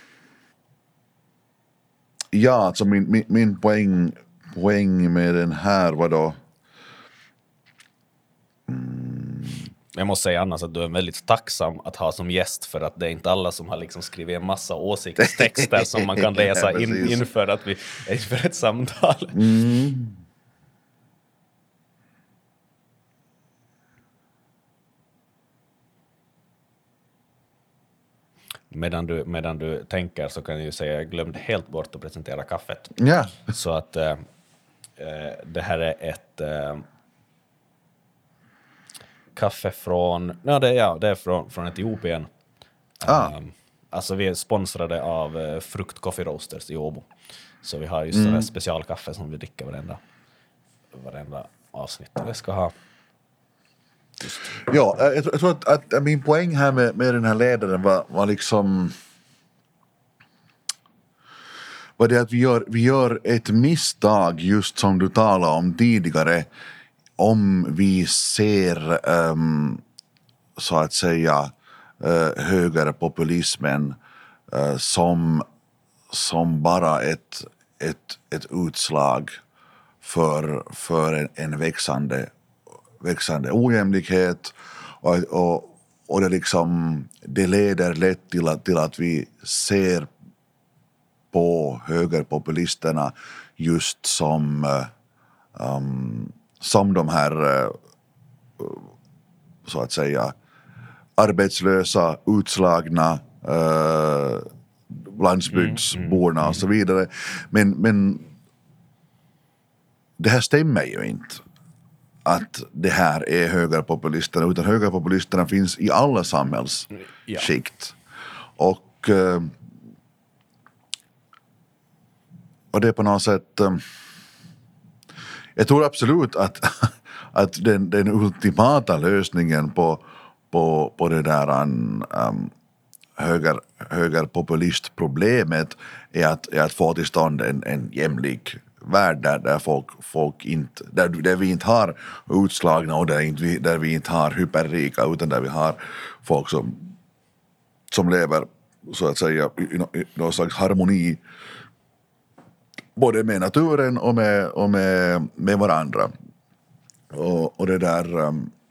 Ja, alltså min poäng med den här var då... Jag måste säga annars att du är väldigt tacksam att ha som gäst, för att det är inte alla som har liksom skrivit en massa åsiktstexter som man kan läsa inför att vi inför ett samtal. Medan du tänker så kan jag ju säga att jag glömde helt bort att presentera kaffet. Ja. Så att det här är ett kaffe från... det är från Etiopien. Alltså vi är sponsrade av Frukt Coffee Roasters i Åbo. Så vi har just sådär specialkaffe som vi dricker varenda avsnitt. Det ska ha... Just. Ja, jag tror att min poäng här med den här ledaren var liksom... var det att vi gör ett misstag, just som du talade om tidigare, om vi ser så att säga högerpopulismen som bara ett utslag för en växande ojämlikhet och det liksom det leder lätt till att vi ser på högerpopulisterna just som de här så att säga arbetslösa, utslagna landsbygdsborna och så vidare. Men det här stämmer ju inte, att det här är högerpopulisterna, utan högerpopulisterna finns i alla samhällsskikt. Och det är på något sätt jag tror absolut att den ultimata lösningen på på det där högerpopulistproblemet är att få till stånd en jämlik värld där folk inte, där vi inte har utslagna och där vi inte har hyperrika, utan där vi har folk som lever så att säga i någon slags harmoni både med naturen och med varandra. Och det där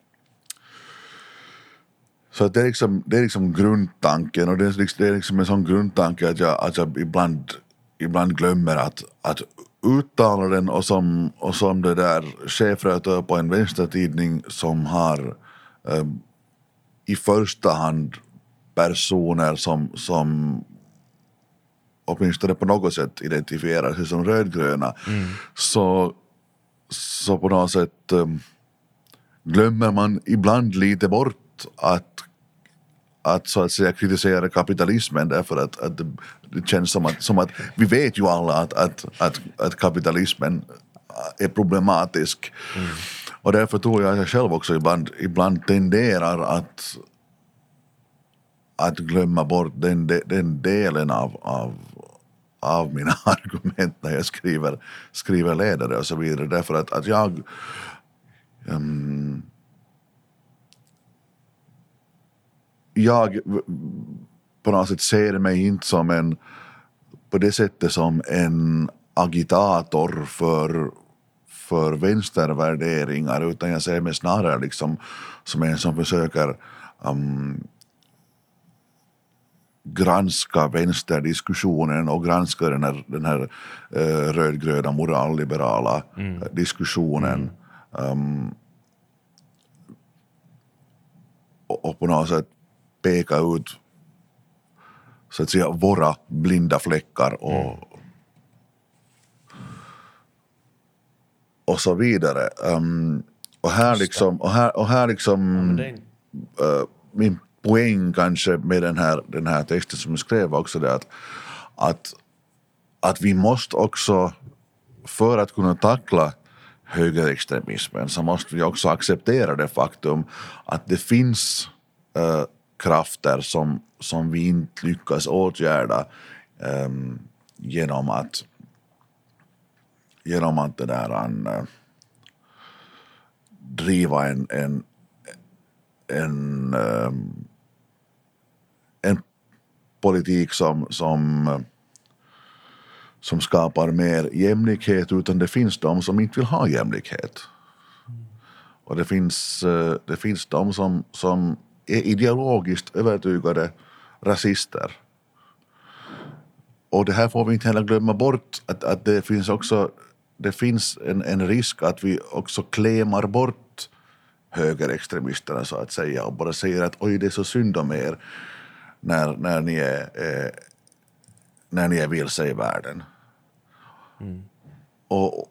så att det är liksom grundtanken, och det är liksom en sån grundtanke att jag ibland glömmer att uttala den, och som det där chefredaktör på en vänstertidning som har i första hand personer som åtminstone på något sätt identifierar sig som rödgröna, så på något sätt glömmer man ibland lite bort att så att säga kritisera kapitalismen, därför att det känns som att vi vet ju alla att kapitalismen är problematisk. Och därför tror jag att jag själv också ibland tenderar att glömma bort den delen av mina argument när jag skriver ledare och så vidare, därför att jag på något sätt ser mig inte som på det sättet som en agitator för vänstervärderingar, utan jag ser mig snarare liksom som en som försöker granska vänsterdiskussionen och granska den här rödgröna moralliberala diskussionen och på något sätt peka ut så att säga våra blinda fläckar och så vidare. Och här liksom min poäng kanske med den här texten som jag skrev också, det att vi måste också, för att kunna tackla högerextremismen, så måste vi också acceptera det faktum att det finns krafter som vi inte lyckas åtgärda genom att det där driva en politik som skapar mer jämlikhet, utan det finns de som inte vill ha jämlikhet. Och det finns de som är ideologiskt övertygade rasister. Och det här får vi inte heller glömma bort, att det finns en risk att vi också klämar bort högerextremisterna så att säga, och bara säger att oj, det är så synd om er när ni är vilse i världen. Och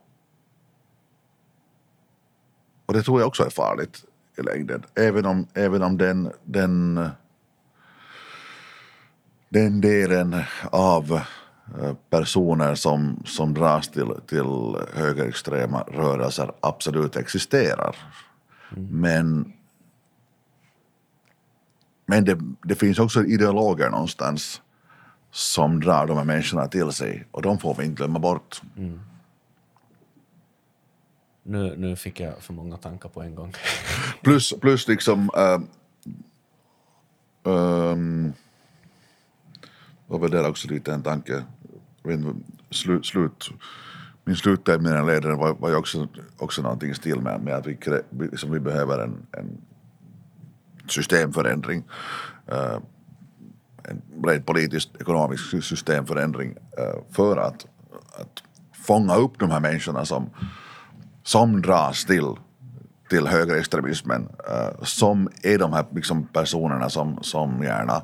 det tror jag också är farligt i längden, även om den delen av personer som dras till högerextrema rörelser absolut existerar. Men det finns också ideologer någonstans som drar de här människorna till sig, och de får vi inte glömma bort. Nu fick jag för många tankar på en gång. plus liksom och väl där också lite en tanke. Min slutterminalledare var ju också någonting i stil med att vi behöver en systemförändring, en bred politisk ekonomisk systemförändring för att fånga upp de här människorna som dras till högerextremismen, som är de här liksom personerna som gärna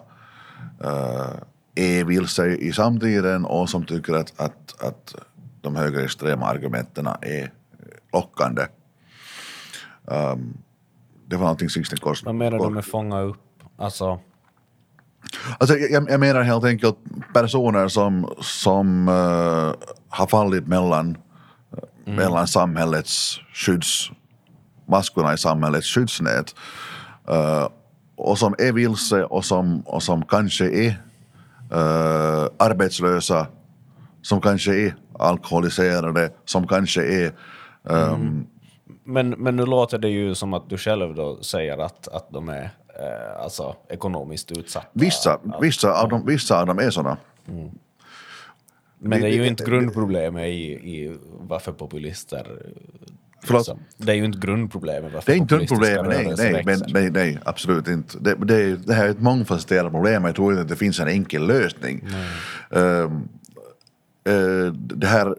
är vilse i samtiden och som tycker att de högerextrema argumenten är lockande. Det var någonting Sixten Kors. Vad menar du med fånga upp? Alltså jag menar helt enkelt personer som har fallit mellan samhällets maskorna i samhällets skyddsnät som är vilse och som kanske är arbetslösa, som kanske är alkoholiserade, som kanske är Men nu låter det ju som att du själv då säger att de är alltså ekonomiskt utsatta. Vissa av dem är sådana. Men det är ju inte grundproblemet i varför populister... Liksom. Det är ju inte grundproblemet. Det är inte grundproblemet, nej, absolut inte. Det här är ett mångfacetterat problem. Jag tror inte att det finns en enkel lösning. Det här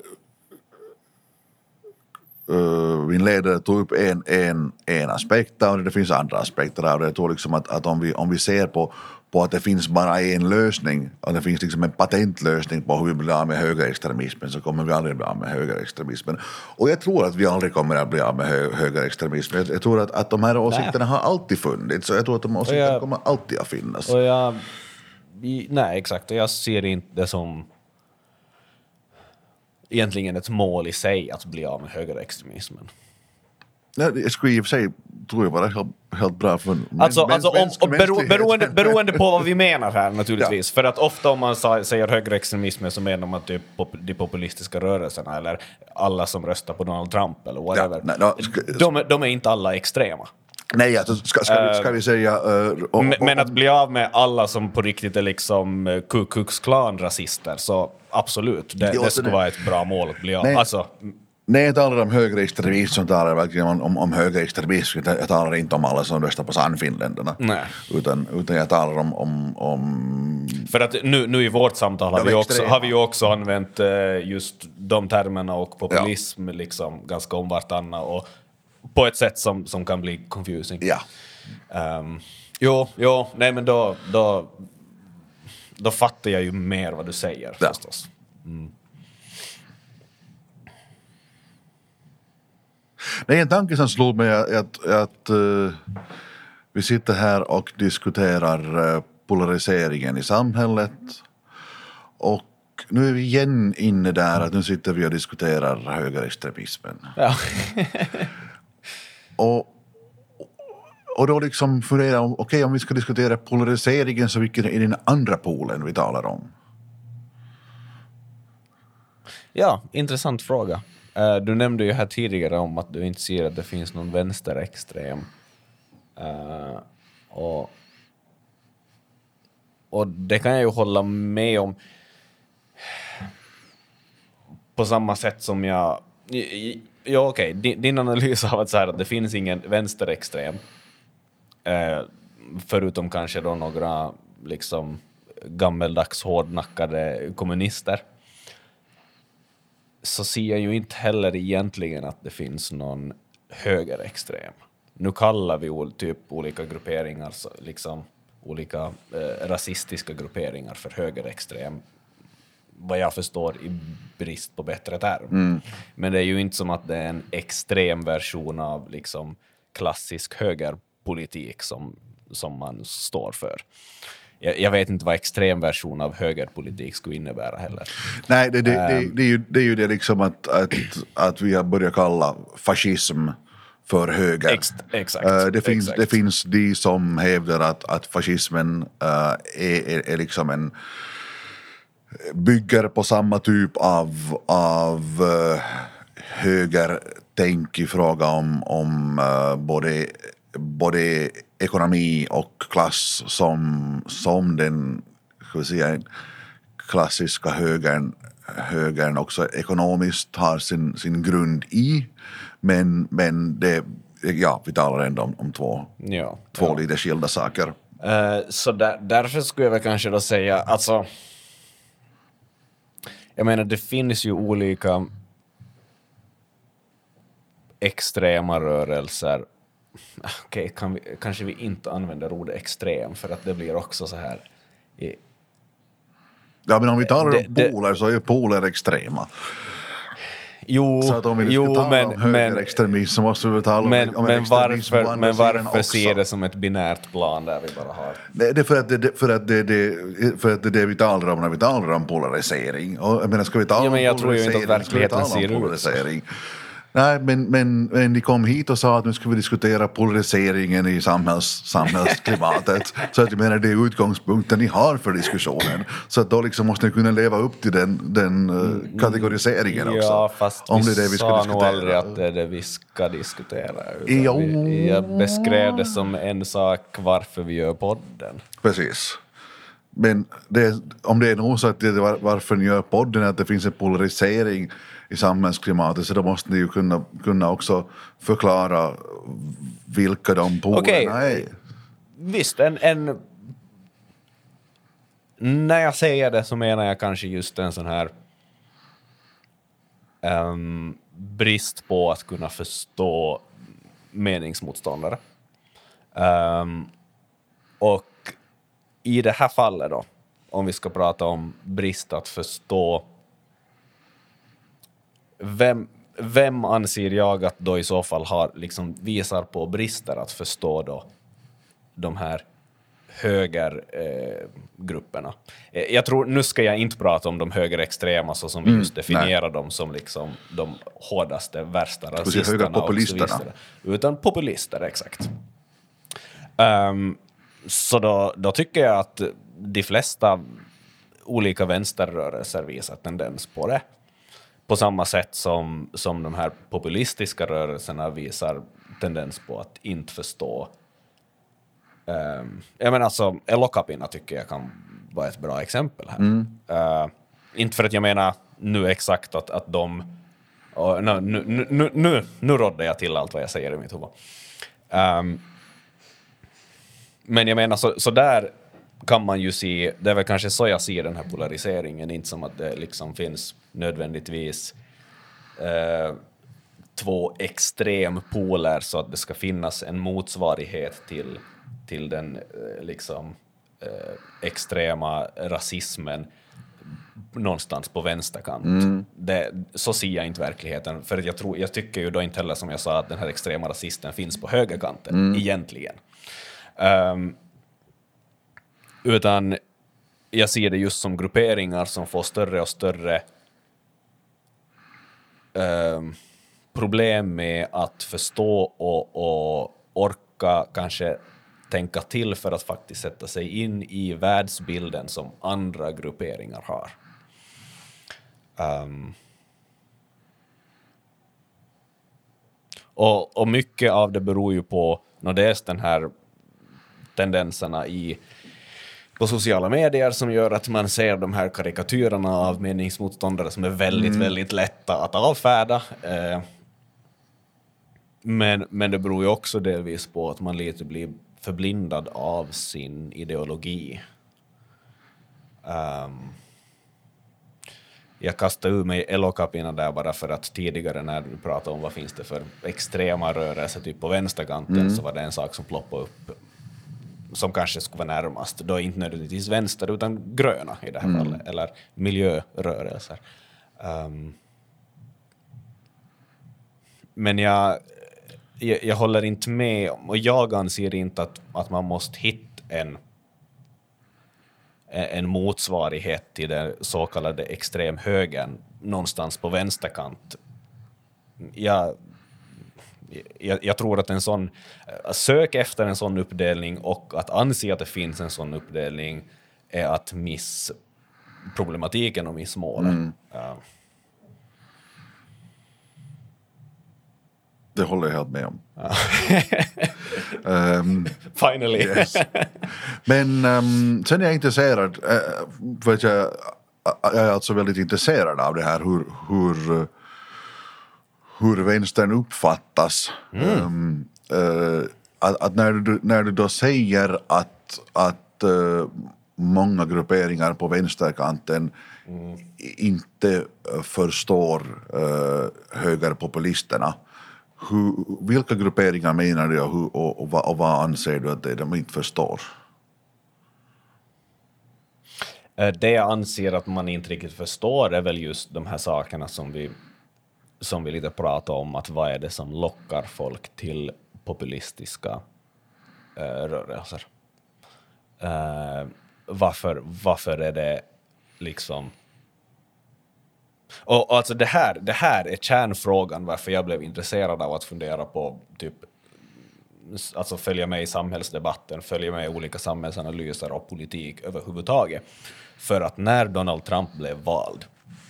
min ledare tog upp en aspekt av det. Det finns andra aspekter av det. Jag tror liksom att om vi ser på att det finns bara en lösning, och det finns liksom en patentlösning på hur vi blir av med högerextremismen, så kommer vi aldrig bli av med högerextremismen. Och jag tror att vi aldrig kommer att bli av med högerextremismen. Jag tror att de här åsikterna har alltid funnits, så jag tror att de åsikterna kommer alltid att finnas. Nej, exakt. Och jag ser inte det som egentligen ett mål i sig att bli av med högerextremismen. Nej, jag skulle i och för sig, tror jag, vara helt bra för... Beroende på vad vi menar här naturligtvis. Ja. För att ofta om man säger högerextremismen så menar man typ de populistiska rörelserna eller alla som röstar på Donald Trump eller whatever. De är inte alla extrema. Nej, alltså, ska vi säga... Men att bli av med alla som på riktigt är liksom Ku Klux Klan-rasister, så absolut, det skulle vara ett bra mål att bli av. Alltså... Nej, jag talar om högerextremism, som talar verkligen om högerextremism. Jag talar inte om alla som röstar på Sannfinländarna. Utan jag talar om... För att nu i vårt samtal har vi ju också använt just de termerna och populism liksom ganska om vartannat och på ett sätt som kan bli confusing. Ja. Nej men då fattar jag ju mer vad du säger förstås. Nej, en tanke som slog mig att vi sitter här och diskuterar polariseringen i samhället, och nu är vi igen inne där att nu sitter vi och diskuterar högerextremismen. Ja. och då liksom fundera om, okej, om vi ska diskutera polariseringen, så vilken är den andra polen vi talar om? Ja, intressant fråga. Du nämnde ju här tidigare om att du inte ser att det finns någon vänsterextrem. Och det kan jag ju hålla med om. På samma sätt som jag... Ja, okej. Din analys av att det finns ingen vänsterextrem. Förutom kanske då några liksom gammeldags hårdnackade kommunister. Så ser jag ju inte heller egentligen att det finns någon högerextrem. Nu kallar vi typ olika grupperingar, liksom olika rasistiska grupperingar för högerextrem. Vad jag förstår i brist på bättre term. Men det är ju inte som att det är en extrem version av liksom klassisk högerpolitik som man står för. Jag vet inte vad extrem version av högerpolitik skulle innebära heller. Nej, det är ju det liksom att vi har börjat kalla fascism för höger. Exakt. Det finns de som hävdar att fascismen är liksom bygger på samma typ av högertänk i fråga om både ekonomi och klass som den, ska vi säga, klassiska högern också ekonomiskt har sin grund i, men det, vi talar ändå om två lite skilda saker. Så därför skulle jag väl kanske då säga, alltså, jag menar, det finns ju olika extrema rörelser. Okej, kanske vi inte använder ordet extrem, för att det blir också så här Ja, men om vi talar om poler så är ju poler extrema. Jo, så att om vi ska tala om högerextremism så måste vi tala om extremism. Men varför ser det som ett binärt plan där vi bara har? Det är för att det är det vi talar om när vi talar om polarisering. Och jag menar, ska vi tala om jag tror ju inte att verkligheten ser ut. Nej, men ni kom hit och sa att nu ska vi diskutera polariseringen i samhällsklimatet. Så att jag menar, det är utgångspunkten ni har för diskussionen. Så att då liksom måste ni kunna leva upp till den kategoriseringen också. Ja, fast om vi det är det vi ska sa diskutera. nog aldrig att det är det vi ska diskutera. Jo. Jag beskrev det som en sak varför vi gör podden. Precis. Men om det är nog så att det är varför ni gör podden, att det finns en polarisering i samhällsklimatet, så då måste ni ju kunna också förklara vilka de polerna är. Visst, när jag säger det så menar jag kanske just en sån här brist på att kunna förstå meningsmotståndare. Och i det här fallet då, om vi ska prata om brist att förstå, vem anser jag att då i så fall har liksom visar på brister att förstå då de här högergrupperna. Jag tror, nu ska jag inte prata om de högerextrema så som vi just definierar dem som liksom de hårdaste, värsta rasisterna och så vidare, utan populister, exakt. Så då tycker jag att de flesta olika vänsterrörelser visar tendens på det. På samma sätt som de här populistiska rörelserna visar tendens på att inte förstå. Jag menar alltså, Elokapina tycker jag kan vara ett bra exempel här. Inte för att jag menar nu exakt att de... Nu rådde jag till allt vad jag säger i mitt huvud. Men jag menar, så där kan man ju se, det är väl kanske så jag ser den här polariseringen, inte som att det liksom finns nödvändigtvis två extrempoler så att det ska finnas en motsvarighet till den liksom extrema rasismen någonstans på vänsterkant. Så ser jag inte verkligheten, för jag tycker ju då inte heller, som jag sa, att den här extrema rasisten finns på högerkanten egentligen. Utan jag ser det just som grupperingar som får större och större problem med att förstå och orka kanske tänka till för att faktiskt sätta sig in i världsbilden som andra grupperingar har. Och mycket av det beror ju på dels den här tendenserna på sociala medier som gör att man ser de här karikatyrerna av meningsmotståndare som är väldigt, väldigt lätta att avfärda. Men det beror ju också delvis på att man lite blir förblindad av sin ideologi. Jag kastade ur mig Elokapina där bara för att tidigare när du pratade om vad finns det för extrema rörelser typ på vänsterkanten, så var det en sak som ploppade upp som kanske skulle vara närmast, då inte nödvändigtvis vänster utan gröna i det här fallet, eller miljörörelser. Men jag håller inte med, och jag anser inte att man måste hitta en motsvarighet till den så kallade extremhögern någonstans på vänsterkant. Jag tror att sök efter en sån uppdelning och att anse att det finns en sån uppdelning är att miss problematiken och miss målet. Det håller jag helt med om. Finally. Yes. Men sen är jag intresserad, för att jag är alltså väldigt intresserad av det här hur vänstern uppfattas. Att när du då säger att många grupperingar på vänsterkanten inte förstår högerpopulisterna, vilka grupperingar menar du och vad anser du att de inte förstår? Det jag anser att man inte riktigt förstår är väl just de här sakerna som vi lite pratar om, att vad är det som lockar folk till populistiska rörelser? Varför är det liksom... Och alltså det här är kärnfrågan varför jag blev intresserad av att fundera på typ, alltså följa med i samhällsdebatten, följa med i olika samhällsanalyser och politik överhuvudtaget. För att när Donald Trump blev vald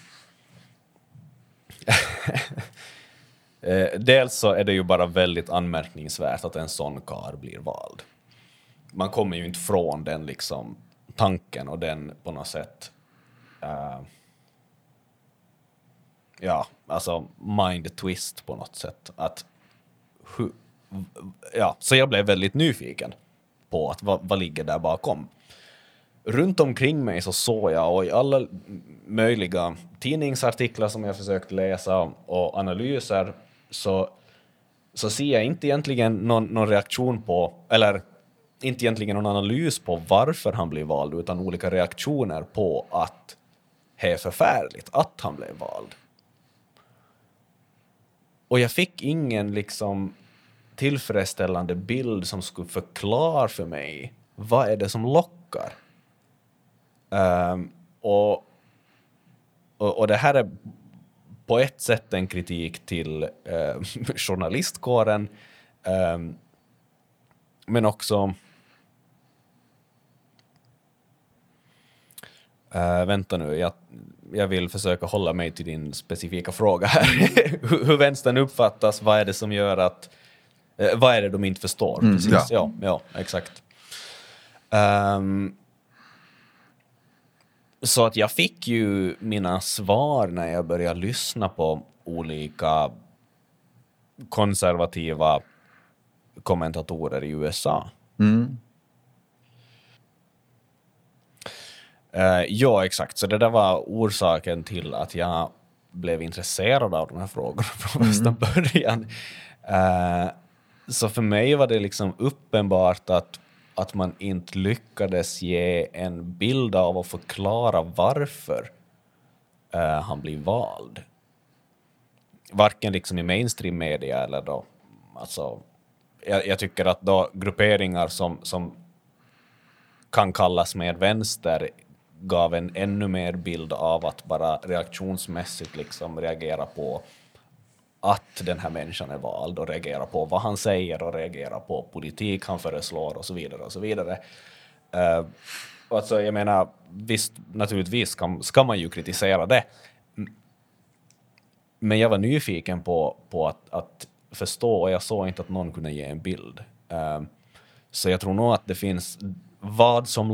dels så är det ju bara väldigt anmärkningsvärt att en sån karl blir vald. Man kommer ju inte från den liksom tanken och den på något sätt alltså mind twist på något sätt att så jag blev väldigt nyfiken på att vad ligger där bakom. Runt omkring mig så såg jag, och i alla möjliga tidningsartiklar som jag försökt läsa och analyser så ser jag inte egentligen någon reaktion på, eller inte egentligen någon analys på varför han blev vald, utan olika reaktioner på att det är förfärligt att han blev vald. Och jag fick ingen liksom tillfredsställande bild som skulle förklara för mig vad är det som lockar. Och det här är på ett sätt en kritik till journalistkåren, men också vänta nu, jag vill försöka hålla mig till din specifika fråga här. Hur vänstern uppfattas, vad är det som gör att vad är det de inte förstår? Precis. Ja, exakt. Så att jag fick ju mina svar när jag började lyssna på olika konservativa kommentatorer i USA. Ja, exakt. Så det där var orsaken till att jag blev intresserad av de här frågorna från första början. Så för mig var det liksom uppenbart att man inte lyckades ge en bild av och förklara varför han blir vald. Varken liksom i mainstream media eller då, alltså, jag tycker att då grupperingar som kan kallas mer vänster gav en ännu mer bild av att bara reaktionsmässigt liksom reagera på att den här människan är vald och reagera på vad han säger och reagera på politik han föreslår och så vidare och så vidare. Alltså jag menar, visst, naturligtvis ska man ju kritisera det. Men jag var nyfiken på att förstå, och jag såg inte att någon kunde ge en bild. Så jag tror nog att det finns vad som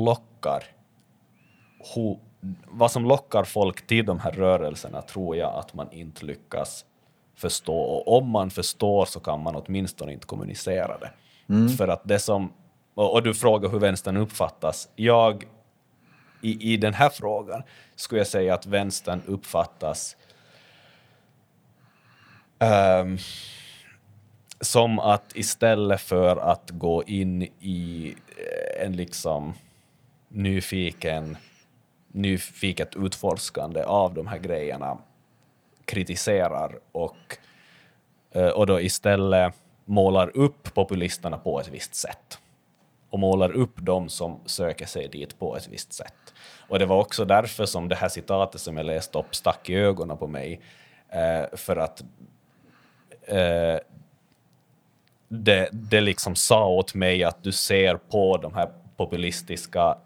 lockar folk till de här rörelserna, tror jag att man inte lyckas förstå. Och om man förstår så kan man åtminstone inte kommunicera det. För att det som, och du frågar hur vänstern uppfattas, i den här frågan skulle jag säga att vänstern uppfattas som att istället för att gå in i en liksom nyfiket utforskande av de här grejerna, kritiserar och då istället målar upp populisterna på ett visst sätt och målar upp dem som söker sig dit på ett visst sätt. Och det var också därför som det här citatet som jag läste upp stack i ögonen på mig, för att det liksom sa åt mig att du ser på de här populistiska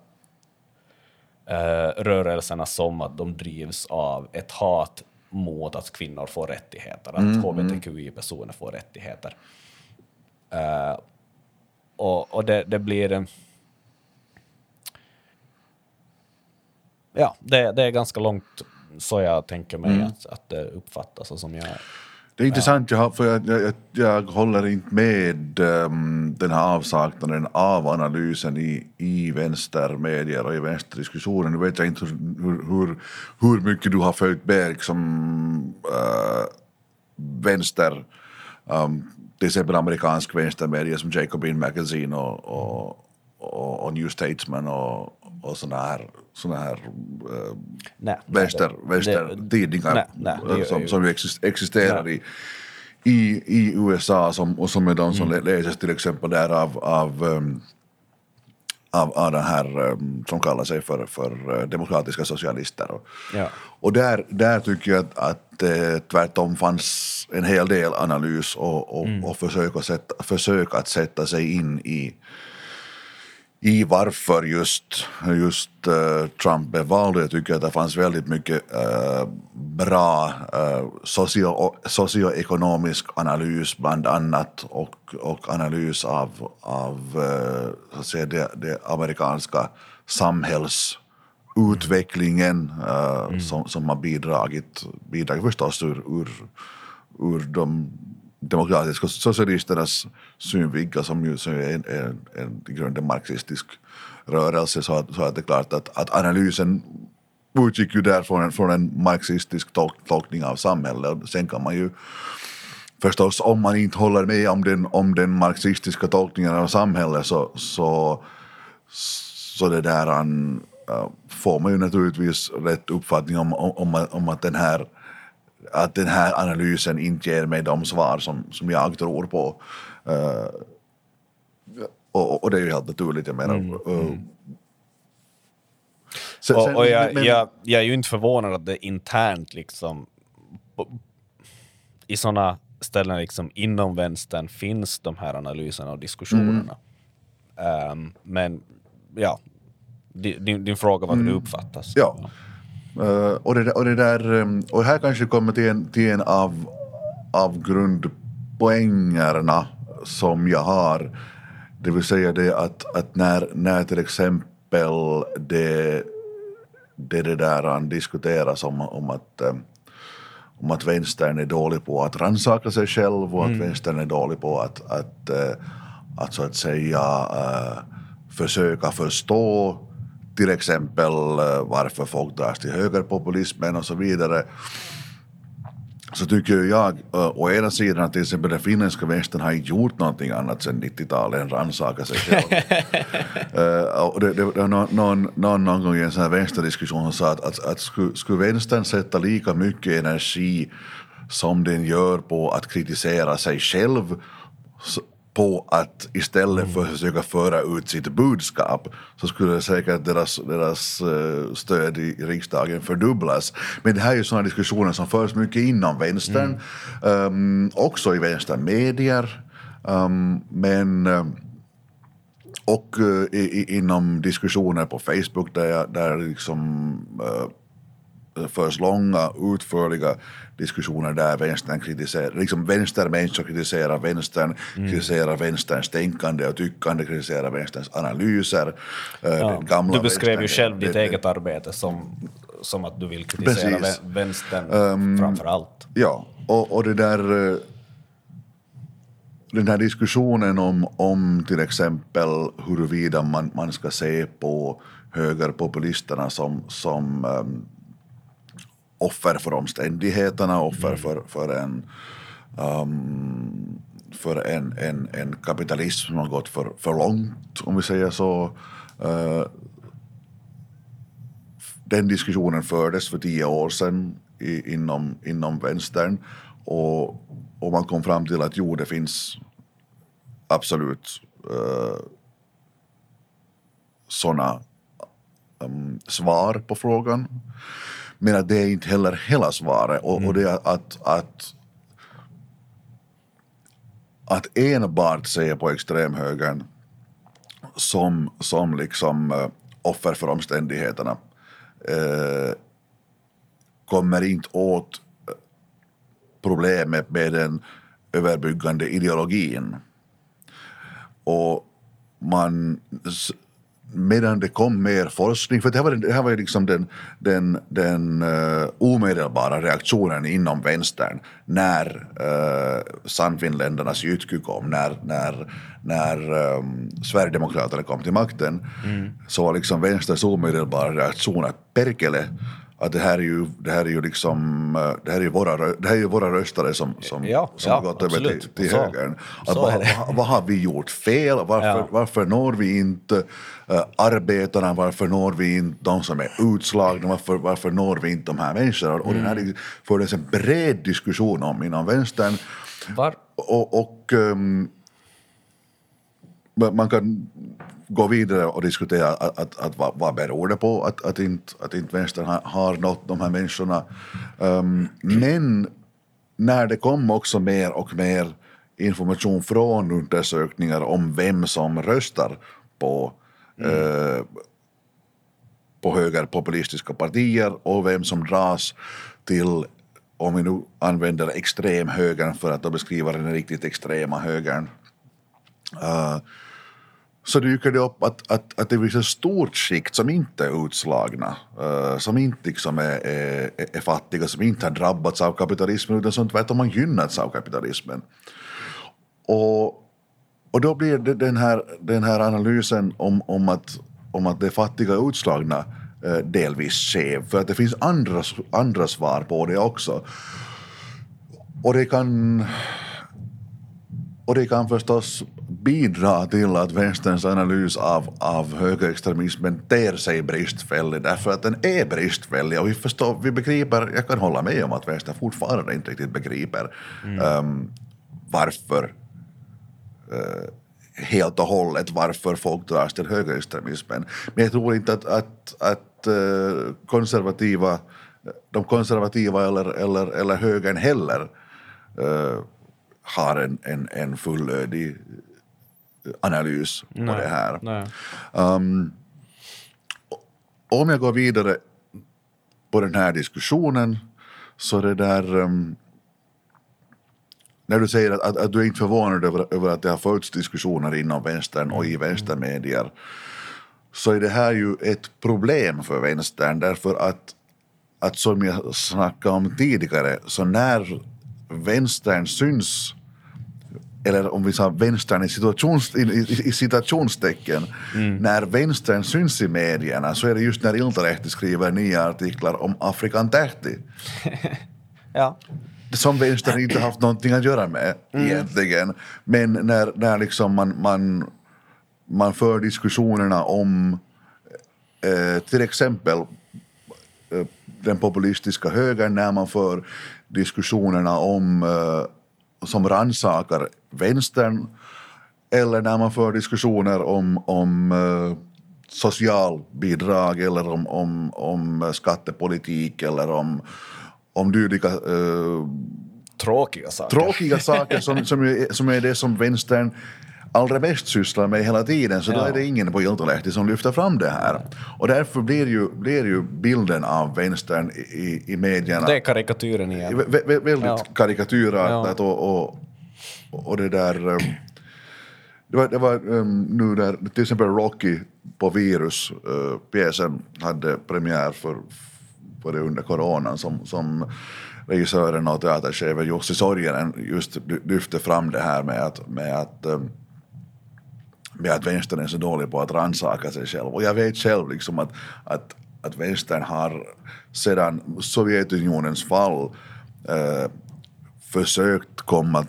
rörelserna som att de drivs av ett hat mot att kvinnor får rättigheter, att hbtqi-personer får rättigheter. Och det blir det är ganska långt så jag tänker mig att det uppfattas och som jag. Det är intressant, för jag håller inte med den här avsaknaden av analysen i vänstermedier och i vänsterdiskussionen. Nu vet jag inte hur mycket du har följt Berg som vänster, till exempel amerikansk vänstermedia som Jacobin Magazine och New Statesman och såna här vänstertidningar som existerar i USA som är de som läses till exempel där av av den här som kallar sig för demokratiska socialister. Ja. Och där tycker jag att tvärtom fanns en hel del analys och försök att sätta sig in i varför just Trump blev vald. Jag tycker att det fanns väldigt mycket bra socioekonomisk analys bland annat och analys av så att säga, det amerikanska samhällsutvecklingen som har bidragit förstås ur de demokratiska socialisternas synvinkel som ju är en i grunden marxistisk rörelse, så att det är klart att analysen utgick ju där från en marxistisk tolkning av samhället. Sen kan man ju förstås, om man inte håller med om den marxistiska tolkningen av samhället så det där får man ju naturligtvis rätt uppfattning om att den här analysen inte ger mig de svar som jag tror på. Och det är ju helt naturligt, jag menar. Jag är ju inte förvånad att det internt liksom i sådana ställen liksom inom vänstern finns de här analyserna och diskussionerna. Men ja, din fråga var hur det uppfattas. Ja. Och det där, och här kanske kommer till en av grundpoängerna som jag har, det vill säga det att när till exempel det där diskuteras om att vänstern är dålig på att rannsaka sig själv och att vänstern är dålig på att så att säga försöka förstå till exempel varför folk dras till högerpopulismen och så vidare, så tycker jag å ena sidan att till exempel den finländska vänstern har inte gjort någonting annat sedan 90-talet än rannsaka sig själv. Och det någon gång i en sån här vänsterdiskussion som sa att skulle vänstern sätta lika mycket energi som den gör på att kritisera sig själv på att istället för att försöka föra ut sitt budskap, så skulle säkert deras stöd i riksdagen fördubblas. Men det här är ju sådana diskussioner som förs mycket inom vänstern, också i vänstermedier, men och inom diskussioner på Facebook där liksom förs långa, utförliga diskussioner där vänstern kritiserar, liksom vänstermänniskor kritiserar vänstern, kritiserar vänsterns tänkande och tyckande, kritiserar vänsterns analyser. Den gamla du beskrev ju själv ditt eget arbete som att du vill kritisera vänstern framför allt. Ja, och det där, den här diskussionen om till exempel huruvida man ska se på högerpopulisterna som offer för omständigheterna, offer för en kapitalism som har gått för långt, om vi säger så. Den diskussionen fördes för 10 år sedan inom vänstern, och man kom fram till att det finns absolut sådana svar på frågan. Men att det är inte heller hela svaret, och det är att enbart se på extremhögern som liksom offer för omständigheterna kommer inte åt problemet med den överbyggande ideologin. Och medan det kom mer forskning, för det här var liksom den omedelbara reaktionen inom vänstern när Sannfinländarnas jytky kom, när Sverigedemokraterna kom till makten, så var liksom vänsterns omedelbara reaktion att perkele, att det här är ju våra röstare som har gått över till högern. Vad har vi gjort fel? Varför når vi inte arbetarna? Varför når vi inte de som är utslagna? Varför når vi inte de här människorna? Och den här fördes en bred diskussion om inom vänstern. man kan gå vidare och diskutera att vad beror det på att inte vänstern har nått de här människorna. Men när det kom också mer och mer information från undersökningar om vem som röstar på högerpopulistiska partier och vem som dras till, om vi nu använder extremhögern för att då beskriva den riktigt extrema högern, så dyker det upp att det finns ett stort skikt som inte är utslagna, som inte liksom är fattiga, som inte har drabbats av kapitalismen utan som tvärtom har gynnats av kapitalismen. Och då blir det den här analysen om att det är fattiga och utslagna delvis skev, för att det finns andra svar på det också. Och det kan förstås bidra till att vänsterns analys av högerextremismen ter sig bristfällig, därför att den är bristfällig, och vi begriper, jag kan hålla med om att vänstern fortfarande inte riktigt begriper varför helt och hållet varför folk dras till högerextremismen. Men jag tror inte att de konservativa eller högern heller har en fullödig analys på det här. Om jag går vidare på den här diskussionen, så det där när du säger att du är inte förvånad över att det har förts diskussioner inom vänstern och i vänstermedier, så är det här ju ett problem för vänstern, därför att som jag snackade om tidigare, så när vänstern syns, eller om vi sa vänstern i citationstecken, när vänstern syns i medierna, så är det just när Iltalehti skriver nya artiklar om Afrikan Tähti. Ja. Som vänstern inte haft någonting att göra med egentligen. Men när liksom man för diskussionerna om till exempel den populistiska högern, när man för diskussionerna om som rannsakar vänstern, eller när man för diskussioner om socialbidrag eller om skattepolitik eller om dylika tråkiga saker som är det som vänstern allra mest sysslar med hela tiden, så då är det ingen på Iltalehti som lyfter fram det här. Och därför blir ju bilden av vänstern i medierna, det är karikatyren igen. Väldigt karikatyrartat och det där det var nu där till exempel Rocky på Virus, pjäsen hade premiär för det under coronan, som regissören och teaterchefen Jussi Sorjenen just lyfte fram det här med att vänstern är så dålig på att rannsaka sig själv. Och jag vet själv liksom att vänstern har sedan Sovjetunionens fall försökt komma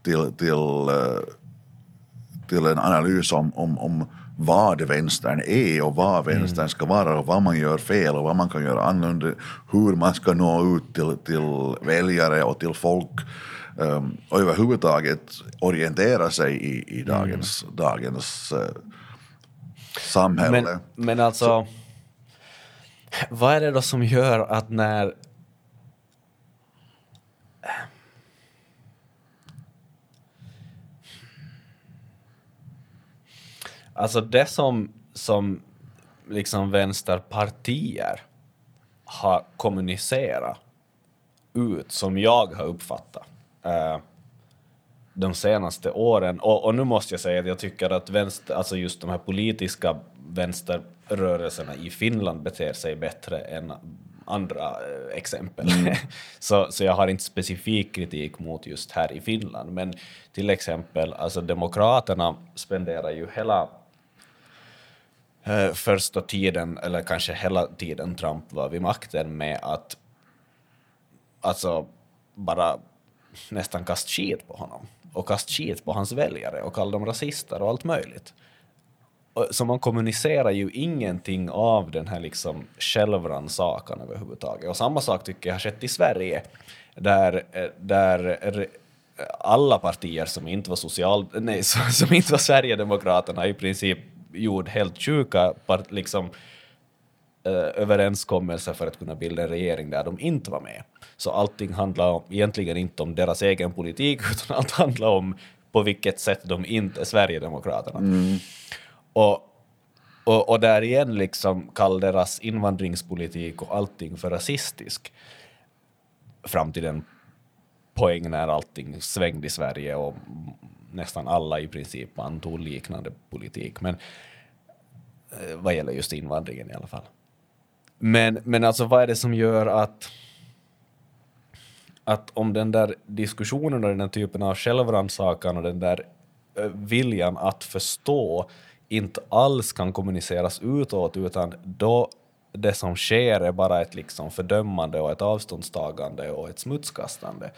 till en analys om vad vänstern är och vad vänstern ska vara och vad man gör fel och vad man kan göra annorlunda, hur man ska nå ut till väljare och till folk och överhuvudtaget orientera sig i dagens samhälle. Men alltså, vad är det då som gör att när alltså det som liksom vänsterpartier har kommunicerat ut, som jag har uppfattat de senaste åren, och nu måste jag säga att jag tycker att alltså just de här politiska vänsterrörelserna i Finland beter sig bättre än andra exempel. Så jag har inte specifik kritik mot just här i Finland, men till exempel alltså Demokraterna spenderar ju hela första tiden, eller kanske hela tiden Trump var vid makten, med att alltså bara nästan kast skit på honom och kast skit på hans väljare och kalla dem rasister och allt möjligt. Så man kommunicerar ju ingenting av den här liksom självrannsakan överhuvudtaget. Och samma sak tycker jag har skett i Sverige, där alla partier som inte var som inte var Sverigedemokraterna i princip gjorde helt sjuka liksom, överenskommelser för att kunna bilda en regering där de inte var med. Så allting handlar egentligen inte om deras egen politik, utan allt handlar om på vilket sätt de inte är Sverigedemokraterna. Och där igen liksom kallar deras invandringspolitik och allting för rasistisk fram till den poäng när allting svängde i Sverige och nästan alla i princip antog liknande politik. Men vad gäller just invandringen i alla fall. Men alltså vad är det som gör att om den där diskussionen och den typen av självrannsakan och den där viljan att förstå inte alls kan kommuniceras utåt, utan då det som sker är bara ett liksom fördömande och ett avståndstagande och ett smutskastande.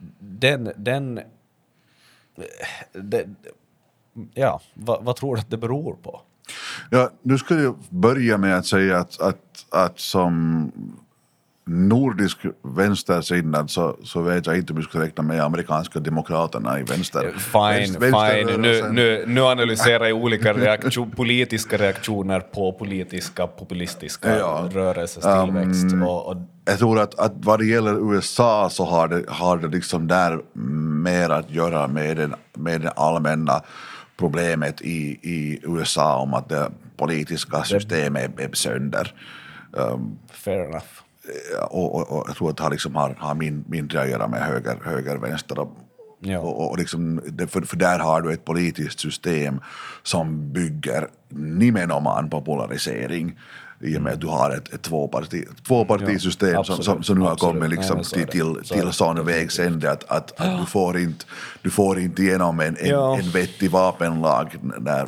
Vad tror du att det beror på? Ja, nu ska jag börja med att säga att som nordisk vänstersinnad så vet jag inte om vi ska räkna med amerikanska demokraterna i vänster. Fine. Nu analyserar jag olika politiska reaktioner på populistiska rörelsers tillväxt. Och jag tror att vad det gäller USA så har det liksom där mer att göra med det allmänna problemet i USA om att det politiska systemet är sönder. Fair enough. Och jag tror att det har mindre att göra med höger vänster och liksom, för där har du ett politiskt system som bygger nimenomaan på polarisering i och med att du har ett tvåpartisystem som nu har kommit liksom till sån vägs ände att du får inte igenom en vettig vapenlag där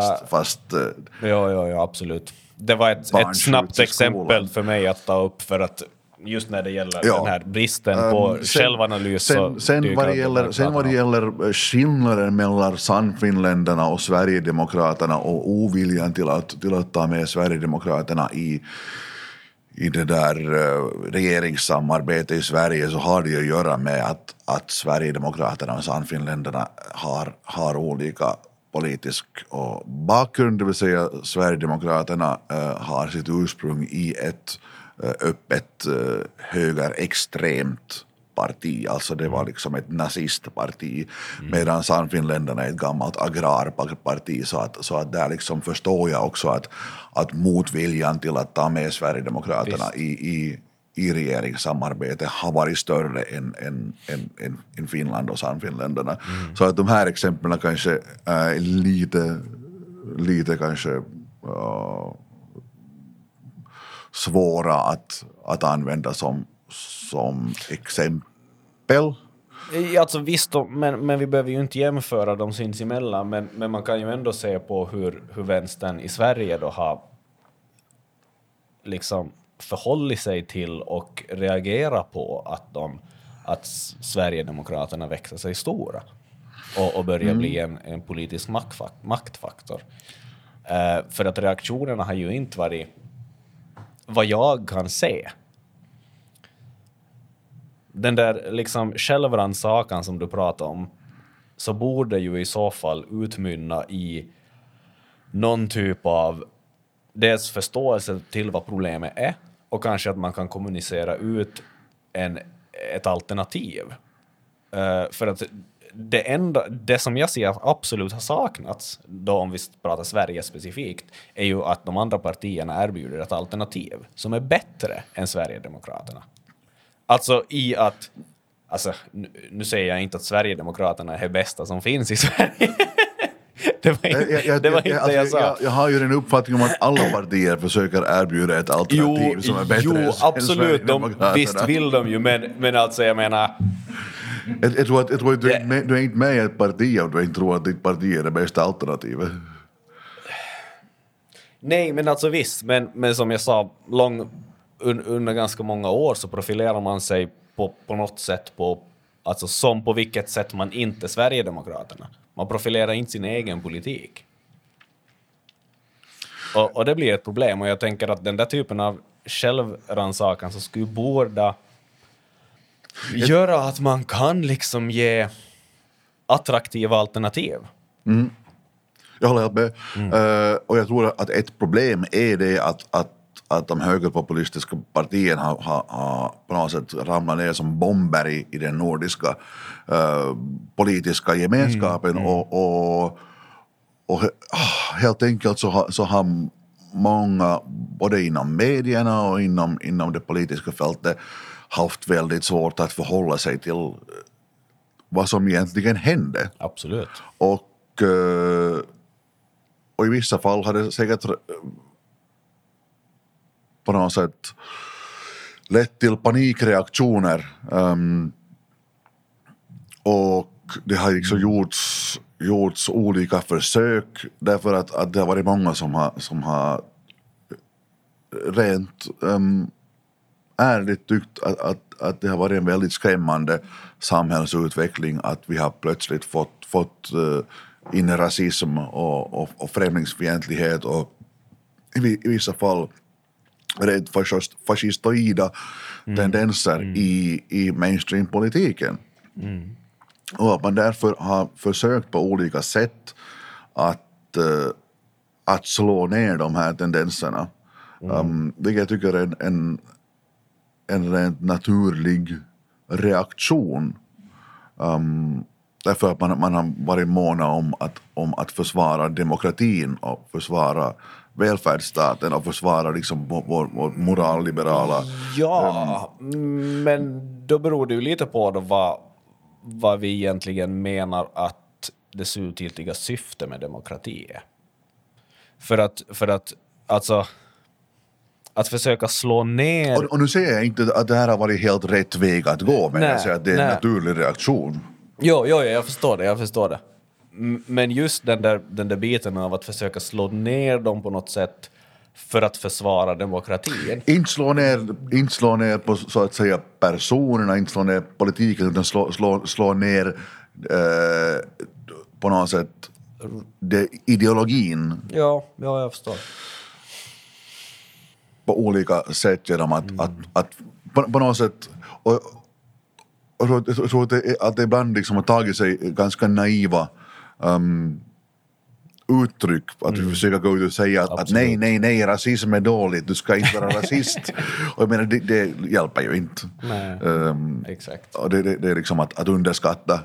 Ja, absolut. Det var ett snabbt exempel för mig att ta upp, för att just när det gäller den här bristen på självanalys. Sen vad det gäller skillnaden mellan Sannfinländarna och Sverigedemokraterna och oviljan till att ta med Sverigedemokraterna i det där regeringssamarbete i Sverige, så har det att göra med att Sverigedemokraterna och Sannfinländarna har olika politisk och bakgrund, det vill säga Sverigedemokraterna har sitt ursprung i ett öppet högerextremt parti, alltså det var liksom ett nazistparti, medan Sannfinländarna är ett gammalt agrarparti, så att där liksom förstår jag också att motviljan till att ta med Sverigedemokraterna i regeringssamarbete har varit större än Finland och Sannfinländarna. Så att de här exemplen kanske är lite kanske svåra att använda som exempel. Alltså visst, men vi behöver ju inte jämföra dem sinsemellan, men man kan ju ändå se på hur vänstern i Sverige då har liksom förhållit sig till och reagera på att Sverigedemokraterna växer sig stora och börjar bli en politisk maktfaktor. För att reaktionerna har ju inte varit, vad jag kan se, den där liksom självrannsakan som du pratar om, så borde ju i så fall utmynna i någon typ av dels förståelse till vad problemet är, och kanske att man kan kommunicera ut ett alternativ. För att det som jag ser absolut har saknats, då om vi pratar Sverige specifikt, är ju att de andra partierna erbjuder ett alternativ som är bättre än Sverigedemokraterna. Alltså nu säger jag inte att Sverigedemokraterna är det bästa som finns i Sverige. Det var inte det jag sa. Jag har ju en uppfattning om att alla partier försöker erbjuda ett alternativ som är bättre än absolut, visst vill de ju, men alltså jag menar, jag tror att du är inte med i ett parti och du inte tror att ditt parti är det bästa alternativet. Nej, men alltså visst, men som jag sa, under ganska många år så profilerar man sig på något sätt alltså som på vilket sätt man inte är Sverigedemokraterna. Man profilerar inte sin egen politik. Och det blir ett problem, och jag tänker att den där typen av självrannsakan så skulle borde göra att man kan liksom ge attraktiva alternativ. Jag håller helt med. Och jag tror att ett problem är det att de högerpopulistiska partierna har på något sätt ramlat ner som bomber i den nordiska politiska gemenskapen och helt enkelt så har många, både inom medierna och inom det politiska fältet, haft väldigt svårt att förhålla sig till vad som egentligen hände. Absolut. Och i vissa fall har det säkert på något sätt lett till panikreaktioner. Och det har liksom gjorts olika försök därför att det har varit många som har rent ärligt tyckt att det har varit en väldigt skrämmande samhällsutveckling, att vi har plötsligt fått in rasism och främlingsfientlighet och i vissa fall rent fascistoida tendenser i mainstream-politiken. Och att man därför har försökt på olika sätt att slå ner de här tendenserna. Vilket jag tycker är en rent naturlig reaktion. Därför att man har varit måna om att försvara demokratin och försvara välfärdsstaten och försvara liksom vår moralliberala. Ja, men då beror det ju lite på då vad vi egentligen menar att det slutgiltiga syftet med demokrati är. För att alltså att försöka slå ner... Och nu säger jag inte att det här har varit helt rätt väg att gå, men jag säger att det är en naturlig reaktion. Jo, jag förstår det. Men just den där biten av att försöka slå ner dem på något sätt för att försvara demokratin. Inte slå ner på så att säga personerna, inte slå ner politiken, utan slå ner på något sätt ideologin. Ja, jag förstår. På olika sätt genom att på något sätt och jag tror att det ibland liksom har tagit sig ganska naiva uttryck att vi försöker gå ut och säga att nej, rasism är dåligt, du ska inte vara rasist. Och jag menar, det hjälper ju inte. Nej, exakt. Och det är liksom att underskatta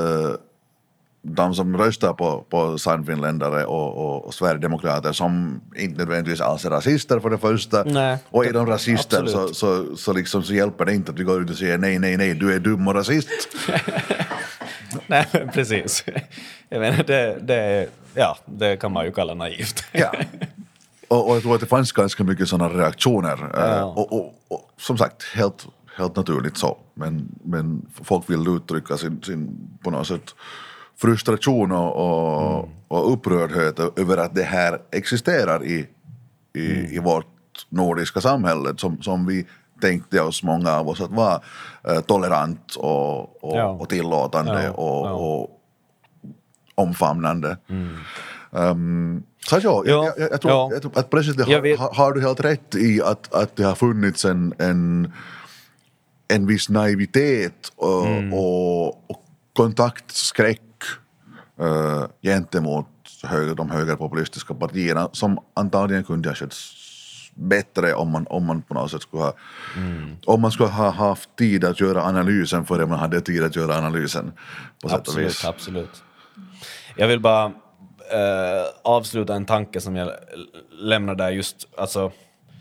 de som röstar på sannfinländare och Sverigedemokrater som inte nödvändigtvis alls är rasister för det första. Nej, och är de rasister så hjälper det inte att vi går ut och säger nej, du är dum och rasist. Nej, precis. Jag menar, det kan man ju kalla naivt. Ja. Och jag tror att det fanns ganska mycket sådana reaktioner. Ja. Och som sagt, helt naturligt så. Men folk vill uttrycka sin på något sätt frustration och upprördhet över att det här existerar i vårt nordiska samhälle som vi tänkte oss, många av oss, att vara tolerant och tillåtande och omfamnande. Så jag tror att precis har du helt rätt i att det har funnits en viss naivitet och kontaktskräck gentemot de högerpopulistiska partierna som antagligen kunde ha skett bättre om man på något sätt skulle ha om man skulle ha haft tid att göra analysen före man hade tid att göra analysen på sätt och vis. Absolut. Jag vill bara avsluta en tanke som jag lämnar där just alltså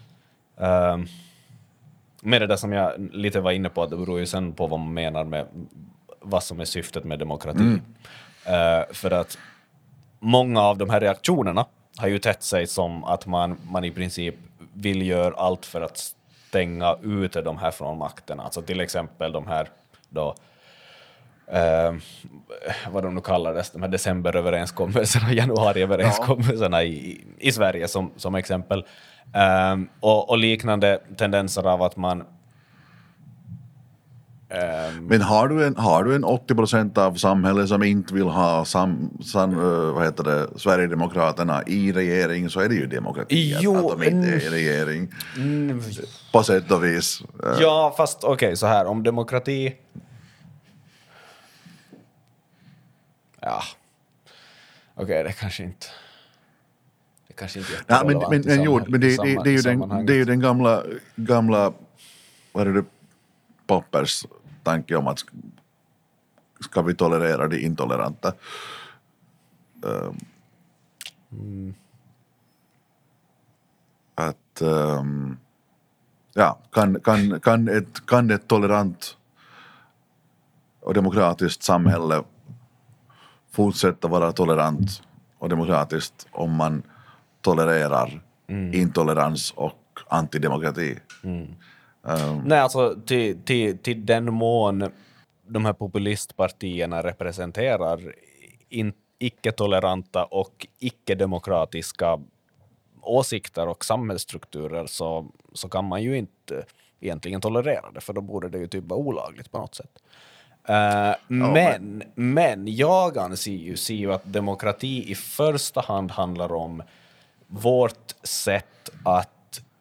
med det där som jag lite var inne på, att det beror ju sen på vad man menar med vad som är syftet med demokrati. För att många av de här reaktionerna har ju tätt sig som att man i princip vill göra allt för att stänga ute de här från makterna. Alltså till exempel de här då vad de nu kallades, de här decemberöverenskommelserna, januariöverenskommelserna i Sverige som exempel. Och liknande tendenser av att man men har du en 80% av samhället som inte vill ha Sverigedemokraterna i regering, så är det ju demokrati att de inte är i regering på sätt och vis. Ja, fast okej, så här, om demokrati Ja. Okej, det kanske inte Ja, men det är ju den gamla vad är det, Poppers tanke om att ska vi tolerera det intoleranta. Att kan ett tolerant och demokratiskt samhälle fortsätta vara tolerant och demokratiskt om man tolererar intolerans och antidemokrati? Nej, alltså till den mån de här populistpartierna representerar icke-toleranta och icke-demokratiska åsikter och samhällsstrukturer så kan man ju inte egentligen tolerera det, för då borde det ju typ vara olagligt på något sätt. Men jag anser ju att demokrati i första hand handlar om vårt sätt att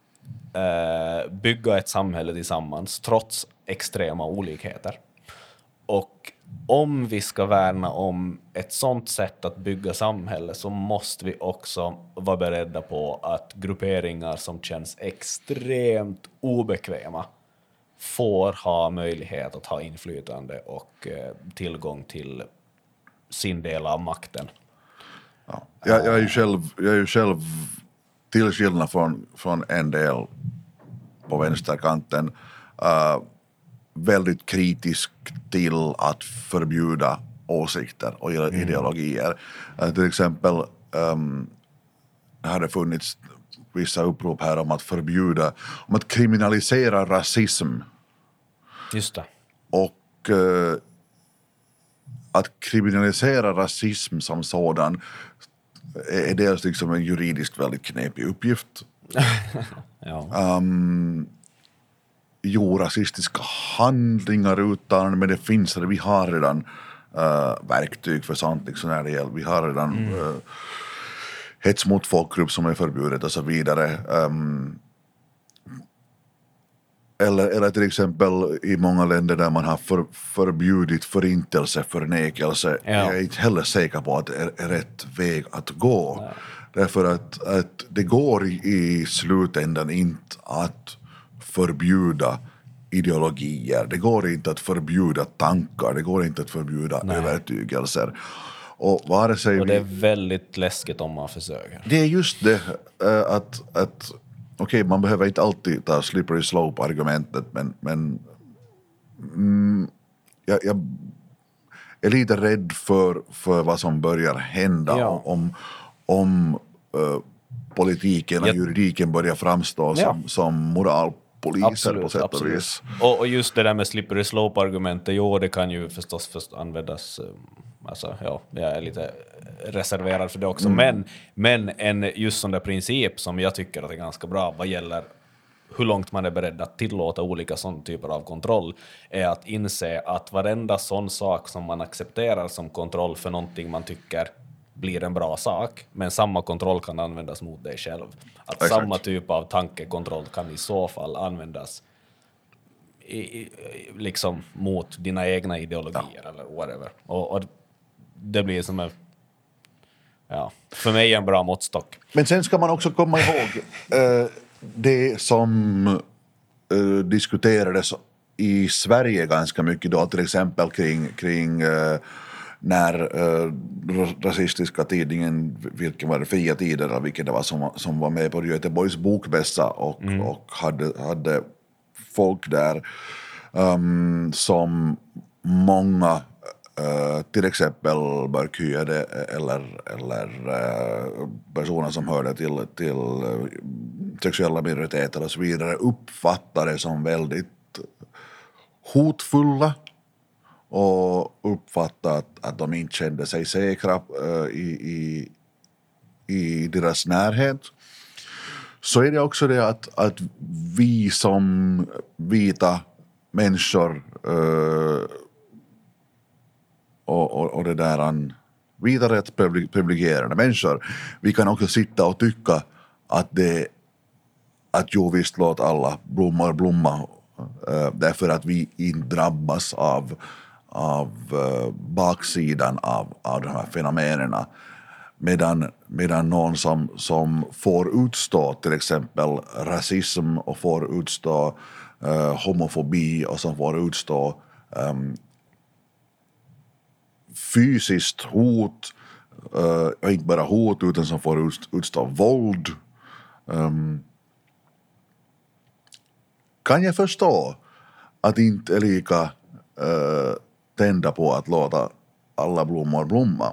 bygga ett samhälle tillsammans trots extrema olikheter. Och om vi ska värna om ett sånt sätt att bygga samhälle så måste vi också vara beredda på att grupperingar som känns extremt obekväma får ha möjlighet att ha inflytande och tillgång till sin del av makten. Ja. Jag är ju själv till skillnad från en del på vänsterkanten väldigt kritisk till att förbjuda åsikter och ideologier. Till exempel hade funnits vissa upprop här om att kriminalisera rasism. Just det. Och att kriminalisera rasism som sådan är dels liksom en juridiskt väldigt knepig uppgift. Ja. Rasistiska handlingar utan, men det finns, vi har redan verktyg för sånt liksom när det gäller. Vi har redan hets mot folkgrupp som är förbjudet och så vidare. Eller till exempel i många länder där man har förbjudit förintelseförnekelse. Ja. Jag är inte heller säker på att det är rätt väg att gå. Nej. Därför att det går i slutändan inte att förbjuda ideologier. Det går inte att förbjuda tankar. Det går inte att förbjuda övertygelser. Och det är väldigt läskigt om man försöker. Det är just det att okej, man behöver inte alltid ta slippery slope-argumentet, men jag är lite rädd för vad som börjar hända om politiken och juridiken börjar framstå som moralpoliser på sätt och vis. Och just det där med slippery slope-argumentet, det kan ju förstås användas. Alltså, jag är lite reserverad för det också. Men en just sån där princip som jag tycker att är ganska bra vad gäller hur långt man är beredd att tillåta olika sån typer av kontroll är att inse att varenda sån sak som man accepterar som kontroll för någonting man tycker blir en bra sak, men samma kontroll kan användas mot dig själv. Att Exakt. Samma typ av tankekontroll kan i så fall användas liksom mot dina egna ideologier eller whatever. Och det blir som en för mig en bra måttstock. Men sen ska man också komma ihåg det som diskuterades i Sverige ganska mycket då, till exempel kring när rasistiska tidningen, vilken var det, Fria Tider eller vilket det var som var med på Göteborgs bokmässa och hade folk där som många till exempel mörkhyade eller personer som hörde till sexuella minoriteter och så vidare uppfattade som väldigt hotfulla och uppfattade att de inte kände sig säkra i deras närhet. Så är det också det att vi som vita människor och det där vita rätt privilegierade människor, vi kan också sitta och tycka att jo visst, låt alla blommor blomma därför att vi inte drabbas baksidan av de här fenomenerna. Medan någon som får utstå till exempel rasism och får utstå homofobi och som får utstå fysiskt hot, och inte bara hot utan som får utstå våld, kan jag förstå att inte är lika tända på att låta alla blommor blomma.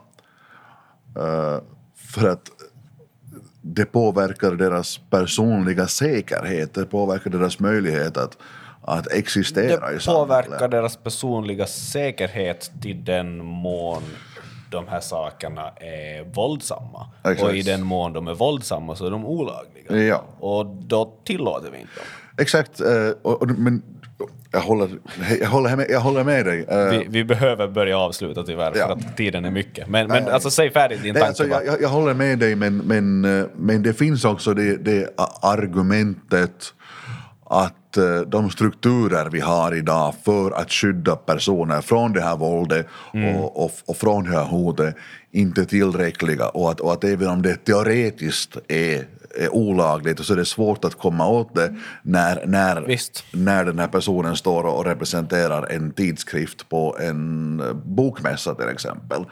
För att det påverkar deras personliga säkerhet, det påverkar deras möjlighet att existera i samhället. Det påverkar deras personliga säkerhet till den mån de här sakerna är våldsamma. Exakt. Och i den mån de är våldsamma så är de olagliga. Ja. Och då tillåter vi inte dem. Exakt, men jag håller med dig. Vi behöver börja avsluta tyvärr för att tiden är mycket. Men alltså säg färdigt din tanke. Alltså, jag håller med dig, men det finns också det argumentet att de strukturer vi har idag för att skydda personer från det här våldet och från det här hotet inte är tillräckliga, och att även om det teoretiskt är olagligt så är det svårt att komma åt det när den här personen står och representerar en tidskrift på en bokmässa till exempel.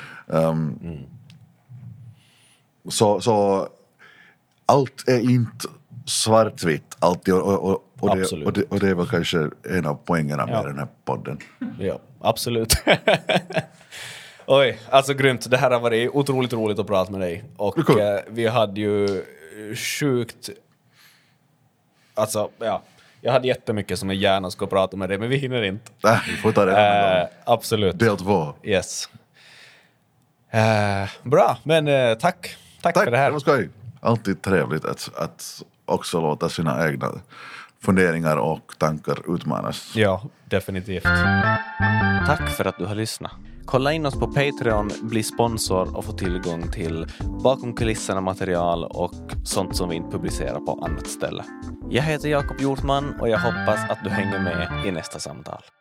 Så allt är inte svartvitt alltid, och det är väl kanske en av poängerna med den här podden. Ja, absolut. Oj, alltså grymt. Det här har varit otroligt roligt att prata med dig. Och vi hade ju sjukt... Alltså, ja. Jag hade jättemycket som jag gärna ska prata med dig, men vi hinner inte. Vi får ta det. Absolut. Del 2. Yes. Bra, men tack för det här. Det var skoj. Alltid trevligt att också låta sina egna funderingar och tankar utmanas. Ja, definitivt. Tack för att du har lyssnat. Kolla in oss på Patreon, bli sponsor och få tillgång till bakom kulisserna material och sånt som vi inte publicerar på annat ställe. Jag heter Jakob Hjortman och jag hoppas att du hänger med i nästa samtal.